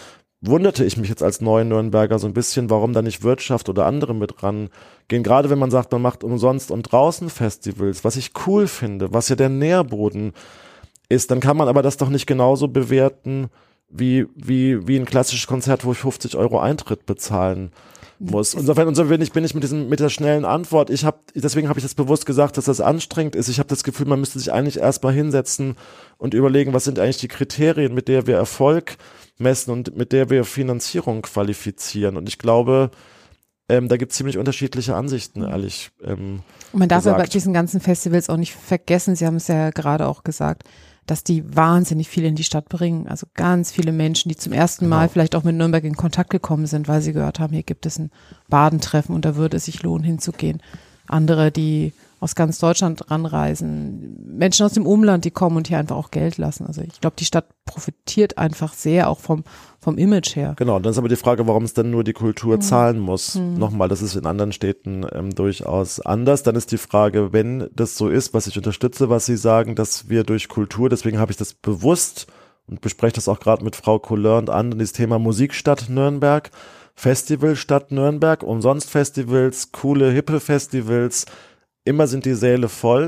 wunderte ich mich jetzt als Neu-Nürnberger so ein bisschen, warum da nicht Wirtschaft oder andere mit rangehen. Gerade wenn man sagt, man macht umsonst und draußen Festivals, was ich cool finde, was ja der Nährboden ist, dann kann man aber das doch nicht genauso bewerten wie ein klassisches Konzert, wo ich 50 € Eintritt bezahlen muss. Insofern bin ich mit der schnellen Antwort. Deswegen habe ich das bewusst gesagt, dass das anstrengend ist. Ich habe das Gefühl, man müsste sich eigentlich erstmal hinsetzen und überlegen, was sind eigentlich die Kriterien, mit der wir Erfolg messen und mit der wir Finanzierung qualifizieren. Und ich glaube, da gibt es ziemlich unterschiedliche Ansichten, ehrlich Man darf gesagt. ja bei diesen ganzen Festivals auch nicht vergessen, Sie haben es ja gerade auch gesagt, dass die wahnsinnig viel in die Stadt bringen. Also ganz viele Menschen, die zum ersten Mal vielleicht auch mit Nürnberg in Kontakt gekommen sind, weil sie gehört haben, hier gibt es ein Badentreffen und da würde es sich lohnen hinzugehen. Andere, die aus ganz Deutschland ranreisen, Menschen aus dem Umland, die kommen und hier einfach auch Geld lassen. Also ich glaube, die Stadt profitiert einfach sehr auch vom Image her. Genau, dann ist aber die Frage, warum es dann nur die Kultur zahlen muss. Nochmal, das ist in anderen Städten durchaus anders. Dann ist die Frage, wenn das so ist, was ich unterstütze, was Sie sagen, dass wir durch Kultur, deswegen habe ich das bewusst und bespreche das auch gerade mit Frau Couleur und anderen, dieses Thema Musikstadt Nürnberg, Festivalstadt Nürnberg, umsonst Festivals, coole, hippe Festivals, immer sind die Säle voll.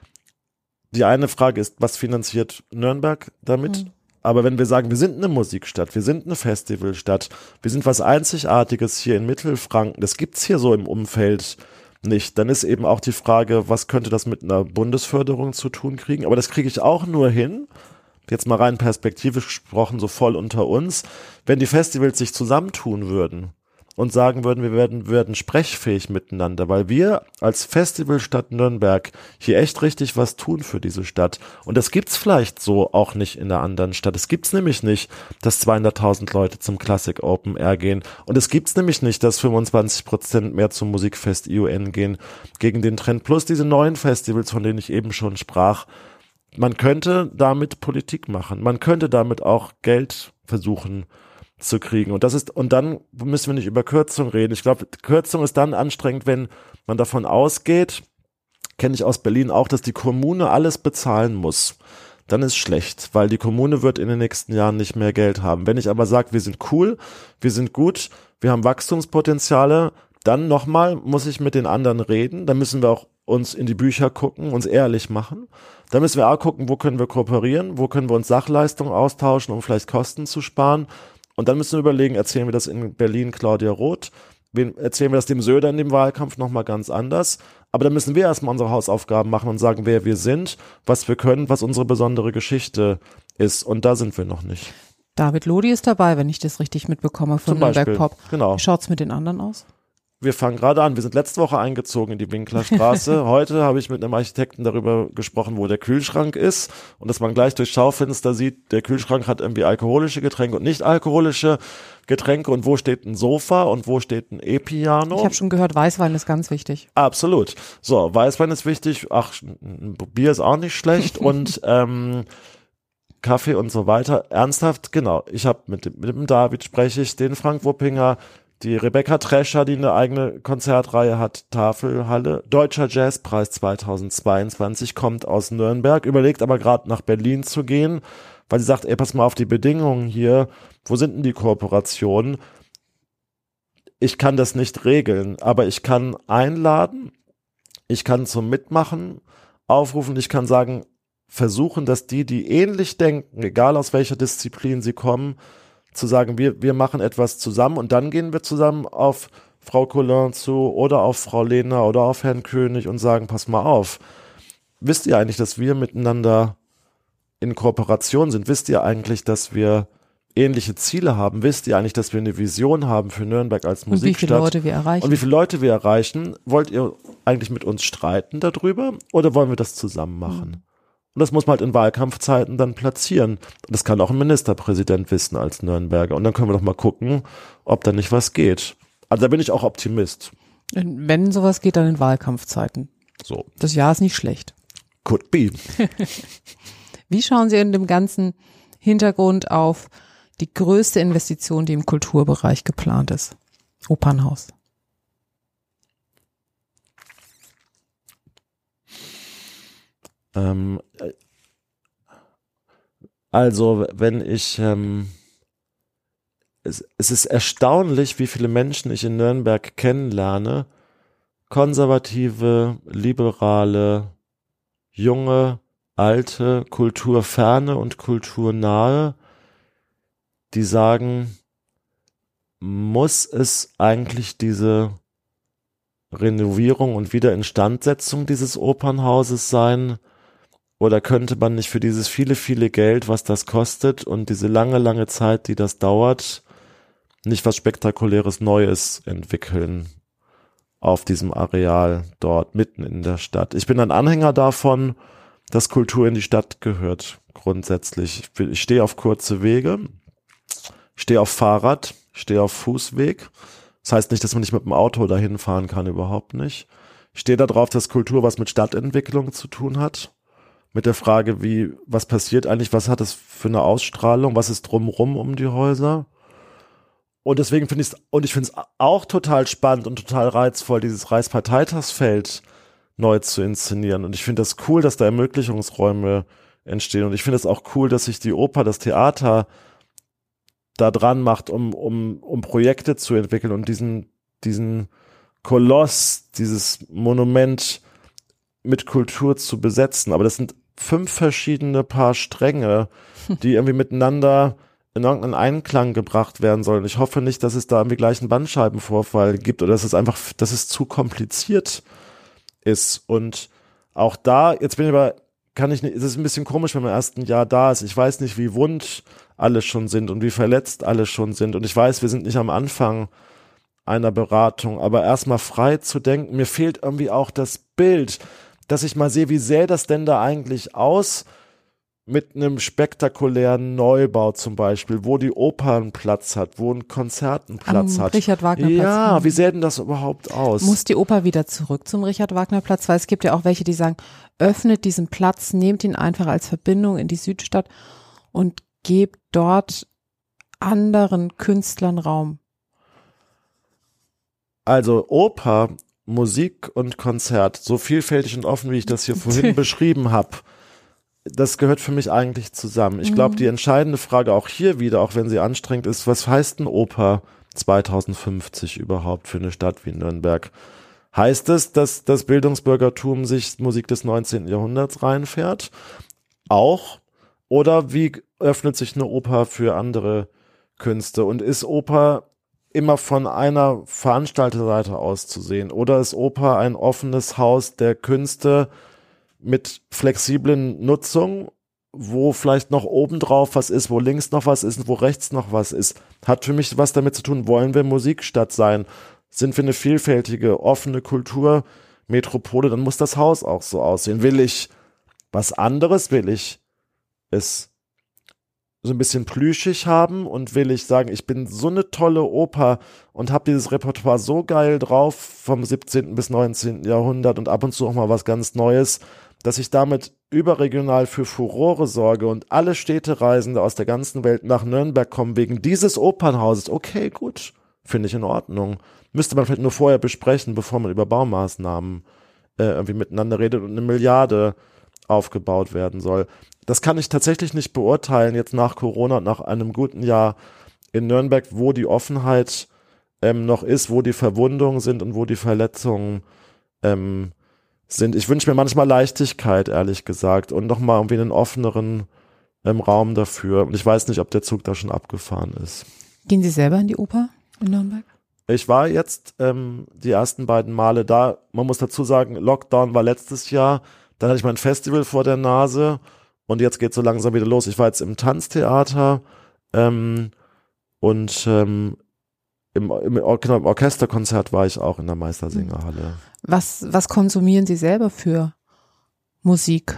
Die eine Frage ist, was finanziert Nürnberg damit? Aber wenn wir sagen, wir sind eine Musikstadt, wir sind eine Festivalstadt, wir sind was Einzigartiges hier in Mittelfranken, das gibt's hier so im Umfeld nicht, dann ist eben auch die Frage, was könnte das mit einer Bundesförderung zu tun kriegen? Aber das kriege ich auch nur hin, jetzt mal rein perspektivisch gesprochen, so voll unter uns, wenn die Festivals sich zusammentun würden und sagen würden, wir werden sprechfähig miteinander, weil wir als Festivalstadt Nürnberg hier echt richtig was tun für diese Stadt. Und das gibt's vielleicht so auch nicht in der anderen Stadt. Es gibt's nämlich nicht, dass 200.000 Leute zum Classic Open Air gehen. Und es gibt's nämlich nicht, dass 25% mehr zum Musikfest ION gehen gegen den Trend. Plus diese neuen Festivals, von denen ich eben schon sprach. Man könnte damit Politik machen. Man könnte damit auch Geld versuchen zu kriegen. Und dann müssen wir nicht über Kürzung reden. Ich glaube, Kürzung ist dann anstrengend, wenn man davon ausgeht, kenne ich aus Berlin auch, dass die Kommune alles bezahlen muss. Dann ist schlecht, weil die Kommune wird in den nächsten Jahren nicht mehr Geld haben. Wenn ich aber sage, wir sind cool, wir sind gut, wir haben Wachstumspotenziale, dann nochmal muss ich mit den anderen reden. Dann müssen wir auch uns in die Bücher gucken, uns ehrlich machen. Dann müssen wir auch gucken, wo können wir kooperieren, wo können wir uns Sachleistungen austauschen, um vielleicht Kosten zu sparen. Und dann müssen wir überlegen, erzählen wir das in Berlin Claudia Roth, erzählen wir das dem Söder in dem Wahlkampf nochmal ganz anders. Aber dann müssen wir erstmal unsere Hausaufgaben machen und sagen, wer wir sind, was wir können, was unsere besondere Geschichte ist. Und da sind wir noch nicht. David Lodi ist dabei, wenn ich das richtig mitbekomme von Nürnberg Pop. Genau. Wie schaut's mit den anderen aus? Wir fangen gerade an. Wir sind letzte Woche eingezogen in die Winklerstraße. Heute habe ich mit einem Architekten darüber gesprochen, wo der Kühlschrank ist und dass man gleich durchs Schaufenster sieht, der Kühlschrank hat irgendwie alkoholische Getränke und nicht alkoholische Getränke und wo steht ein Sofa und wo steht ein E-Piano. Ich habe schon gehört, Weißwein ist ganz wichtig. Absolut. So, Weißwein ist wichtig. Ach, Bier ist auch nicht schlecht und Kaffee und so weiter. Ernsthaft, genau. Ich habe mit dem David spreche ich, den Frank Wuppinger, die Rebecca Trescher, die eine eigene Konzertreihe hat, Tafelhalle. Deutscher Jazzpreis 2022, kommt aus Nürnberg, überlegt aber gerade nach Berlin zu gehen, weil sie sagt, ey, pass mal auf die Bedingungen hier, wo sind denn die Kooperationen? Ich kann das nicht regeln, aber ich kann einladen, ich kann zum Mitmachen aufrufen, ich kann sagen, versuchen, dass die ähnlich denken, egal aus welcher Disziplin sie kommen, zu sagen, wir machen etwas zusammen und dann gehen wir zusammen auf Frau Couleur zu oder auf Frau Lehner oder auf Herrn König und sagen, pass mal auf, wisst ihr eigentlich, dass wir miteinander in Kooperation sind? Wisst ihr eigentlich, dass wir ähnliche Ziele haben? Wisst ihr eigentlich, dass wir eine Vision haben für Nürnberg als Musikstadt? Und wie viele Leute wir erreichen? Und wie viele Leute wir erreichen? Wollt ihr eigentlich mit uns streiten darüber oder wollen wir das zusammen machen? Und das muss man halt in Wahlkampfzeiten dann platzieren. Das kann auch ein Ministerpräsident wissen als Nürnberger. Und dann können wir doch mal gucken, ob da nicht was geht. Also da bin ich auch Optimist. Wenn sowas geht, dann in Wahlkampfzeiten. So. Das Jahr ist nicht schlecht. Could be. Wie schauen Sie in dem ganzen Hintergrund auf die größte Investition, die im Kulturbereich geplant ist? Opernhaus. Also, wenn ich es ist erstaunlich, wie viele Menschen ich in Nürnberg kennenlerne. Konservative, liberale, junge, alte, kulturferne und kulturnahe, die sagen, muss es eigentlich diese Renovierung und Wiederinstandsetzung dieses Opernhauses sein? Oder könnte man nicht für dieses viele, viele Geld, was das kostet und diese lange, lange Zeit, die das dauert, nicht was Spektakuläres Neues entwickeln auf diesem Areal dort mitten in der Stadt? Ich bin ein Anhänger davon, dass Kultur in die Stadt gehört, grundsätzlich. Ich stehe auf kurze Wege, ich stehe auf Fahrrad, ich stehe auf Fußweg. Das heißt nicht, dass man nicht mit dem Auto dahin fahren kann, überhaupt nicht. Ich stehe darauf, dass Kultur was mit Stadtentwicklung zu tun hat. Mit der Frage, was passiert eigentlich, was hat es für eine Ausstrahlung, was ist drumrum um die Häuser? Und deswegen finde ich es auch total spannend und total reizvoll, dieses Reichsparteitagsfeld neu zu inszenieren. Und ich finde das cool, dass da Ermöglichungsräume entstehen. Und ich finde es auch cool, dass sich die Oper, das Theater da dran macht, um Projekte zu entwickeln und diesen Koloss, dieses Monument mit Kultur zu besetzen. Aber das sind 5 verschiedene Paar Stränge, die irgendwie miteinander in irgendeinen Einklang gebracht werden sollen. Ich hoffe nicht, dass es da irgendwie gleich einen Bandscheibenvorfall gibt oder dass es zu kompliziert ist. Und auch da, jetzt bin ich aber, es ist ein bisschen komisch, wenn man im ersten Jahr da ist. Ich weiß nicht, wie wund alle schon sind und wie verletzt alle schon sind. Und ich weiß, wir sind nicht am Anfang einer Beratung, aber erstmal frei zu denken. Mir fehlt irgendwie auch das Bild, dass ich mal sehe, wie sähe das denn da eigentlich aus mit einem spektakulären Neubau zum Beispiel, wo die Oper einen Platz hat, wo ein Konzert einen Platz hat. Richard-Wagner-Platz. Ja, wie sähe denn das überhaupt aus? Muss die Oper wieder zurück zum Richard-Wagner-Platz? Weil es gibt ja auch welche, die sagen, öffnet diesen Platz, nehmt ihn einfach als Verbindung in die Südstadt und gebt dort anderen Künstlern Raum. Also Oper, Musik und Konzert, so vielfältig und offen, wie ich das hier vorhin beschrieben habe, das gehört für mich eigentlich zusammen. Ich glaube, die entscheidende Frage auch hier wieder, auch wenn sie anstrengend ist, was heißt denn Oper 2050 überhaupt für eine Stadt wie Nürnberg? Heißt es, dass das Bildungsbürgertum sich Musik des 19. Jahrhunderts reinfährt? Auch? Oder wie öffnet sich eine Oper für andere Künste? Und ist Oper immer von einer Veranstalterseite aus zu sehen? Oder ist Oper ein offenes Haus der Künste mit flexiblen Nutzung, wo vielleicht noch obendrauf was ist, wo links noch was ist, wo rechts noch was ist? Hat für mich was damit zu tun, wollen wir Musikstadt sein? Sind wir eine vielfältige, offene Kulturmetropole? Dann muss das Haus auch so aussehen. Will ich was anderes? Will ich es so ein bisschen plüschig haben und will ich sagen, ich bin so eine tolle Oper und habe dieses Repertoire so geil drauf vom 17. bis 19. Jahrhundert und ab und zu auch mal was ganz Neues, dass ich damit überregional für Furore sorge und alle Städtereisende aus der ganzen Welt nach Nürnberg kommen wegen dieses Opernhauses. Okay, gut, finde ich in Ordnung. Müsste man vielleicht nur vorher besprechen, bevor man über Baumaßnahmen irgendwie miteinander redet und 1 Milliarde aufgebaut werden soll. Das kann ich tatsächlich nicht beurteilen, jetzt nach Corona und nach einem guten Jahr in Nürnberg, wo die Offenheit noch ist, wo die Verwundungen sind und wo die Verletzungen sind. Ich wünsche mir manchmal Leichtigkeit, ehrlich gesagt, und nochmal irgendwie einen offeneren Raum dafür. Und ich weiß nicht, ob der Zug da schon abgefahren ist. Gehen Sie selber in die Oper in Nürnberg? Ich war jetzt die ersten beiden Male da. Man muss dazu sagen, Lockdown war letztes Jahr. Dann hatte ich mein Festival vor der Nase und jetzt geht so langsam wieder los. Ich war jetzt im Tanztheater und im Orchesterkonzert war ich auch in der Meistersingerhalle. Was konsumieren Sie selber für Musik?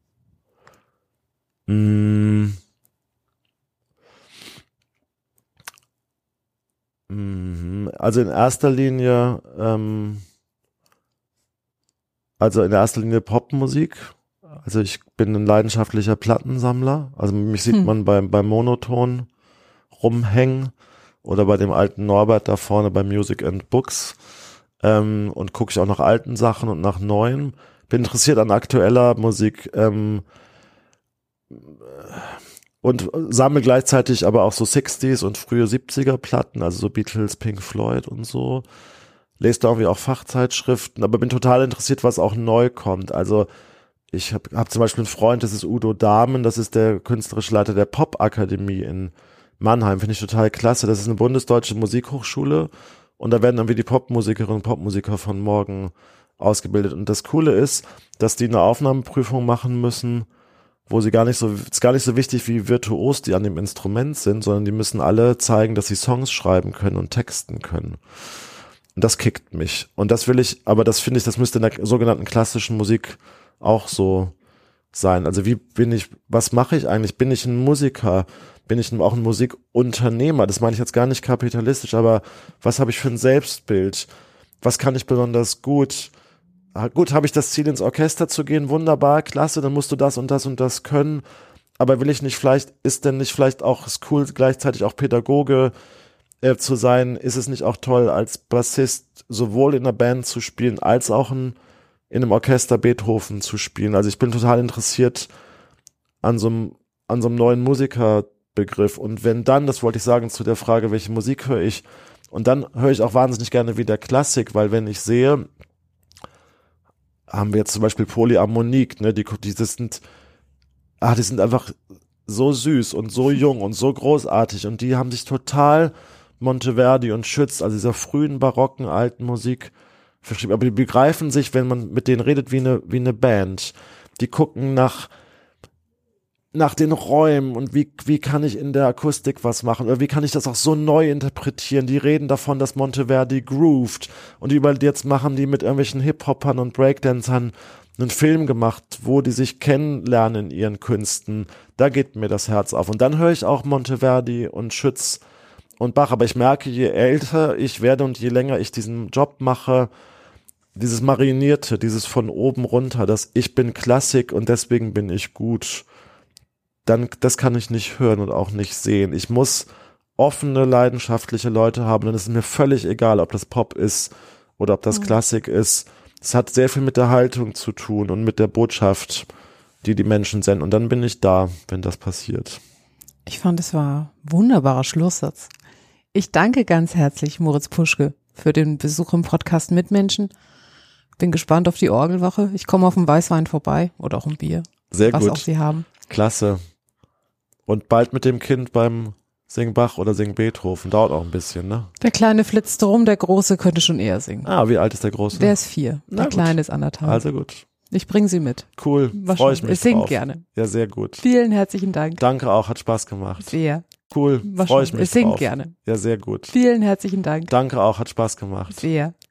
Also in erster Linie Popmusik. Also ich bin ein leidenschaftlicher Plattensammler. Also mich sieht man beim Monoton rumhängen oder bei dem alten Norbert da vorne bei Music and Books. Und gucke ich auch nach alten Sachen und nach neuen. Bin interessiert an aktueller Musik. und sammle gleichzeitig aber auch so 60s und frühe 70er Platten, also so Beatles, Pink Floyd und so. Lese da irgendwie auch Fachzeitschriften, aber bin total interessiert, was auch neu kommt. Also ich hab zum Beispiel einen Freund, das ist Udo Dahmen, das ist der künstlerische Leiter der Popakademie in Mannheim, finde ich total klasse. Das ist eine bundesdeutsche Musikhochschule und da werden dann wie die Popmusikerinnen und Popmusiker von morgen ausgebildet. Und das Coole ist, dass die eine Aufnahmeprüfung machen müssen, wo sie ist gar nicht so wichtig, wie virtuos die an dem Instrument sind, sondern die müssen alle zeigen, dass sie Songs schreiben können und texten können. Und das kickt mich. Und das will ich, aber das finde ich, das müsste in der sogenannten klassischen Musik auch so sein. Also was mache ich eigentlich? Bin ich ein Musiker? Bin ich auch ein Musikunternehmer? Das meine ich jetzt gar nicht kapitalistisch, aber was habe ich für ein Selbstbild? Was kann ich besonders gut? Gut, habe ich das Ziel, ins Orchester zu gehen? Wunderbar, klasse, dann musst du das und das und das können. Aber ist denn nicht vielleicht auch cool, gleichzeitig auch Pädagoge zu sein? Ist es nicht auch toll, als Bassist sowohl in einer Band zu spielen, als auch in einem Orchester Beethoven zu spielen? Also ich bin total interessiert an so einem neuen Musikerbegriff. Und wenn dann, das wollte ich sagen zu der Frage, welche Musik höre ich? Und dann höre ich auch wahnsinnig gerne wieder Klassik, weil wenn ich sehe, haben wir jetzt zum Beispiel Polyharmonik, ne, die sind einfach so süß und so jung und so großartig und die haben sich total Monteverdi und Schütz, also dieser frühen barocken alten Musik verschrieben, aber die begreifen sich, wenn man mit denen redet, wie eine Band. Die gucken nach den Räumen und wie kann ich in der Akustik was machen oder wie kann ich das auch so neu interpretieren. Die reden davon, dass Monteverdi grooved und jetzt machen die mit irgendwelchen Hip-Hoppern und Breakdancern einen Film gemacht, wo die sich kennenlernen in ihren Künsten. Da geht mir das Herz auf. Und dann höre ich auch Monteverdi und Schütz und Bach. Aber ich merke, je älter ich werde und je länger ich diesen Job mache, dieses Marinierte, dieses von oben runter, dass ich bin Klassik und deswegen bin ich gut, das kann ich nicht hören und auch nicht sehen. Ich muss offene, leidenschaftliche Leute haben, dann ist es mir völlig egal, ob das Pop ist oder ob das Klassik ist. Es hat sehr viel mit der Haltung zu tun und mit der Botschaft, die Menschen senden. Und dann bin ich da, wenn das passiert. Ich fand, es war ein wunderbarer Schlusssatz. Ich danke ganz herzlich Moritz Puschke für den Besuch im Podcast Mitmenschen. Bin gespannt auf die Orgelwoche. Ich komme auf den Weißwein vorbei oder auch ein Bier. Sehr gut. Was auch Sie haben. Klasse. Und bald mit dem Kind beim Sing Bach oder Sing Beethoven. Dauert auch ein bisschen, ne? Der Kleine flitzt rum, der Große könnte schon eher singen. Ah, wie alt ist der Große? Der ist 4, der Kleine ist 1,5. Also gut. Ich bringe Sie mit. Cool, freue ich mich Ich singe drauf. gerne. Ja, sehr gut. Vielen herzlichen Dank. Danke auch, hat Spaß gemacht. Sehr. Cool, freue ich mich Ich singe drauf. gerne. Ja, sehr gut. Vielen herzlichen Dank. Danke auch, hat Spaß gemacht. Sehr.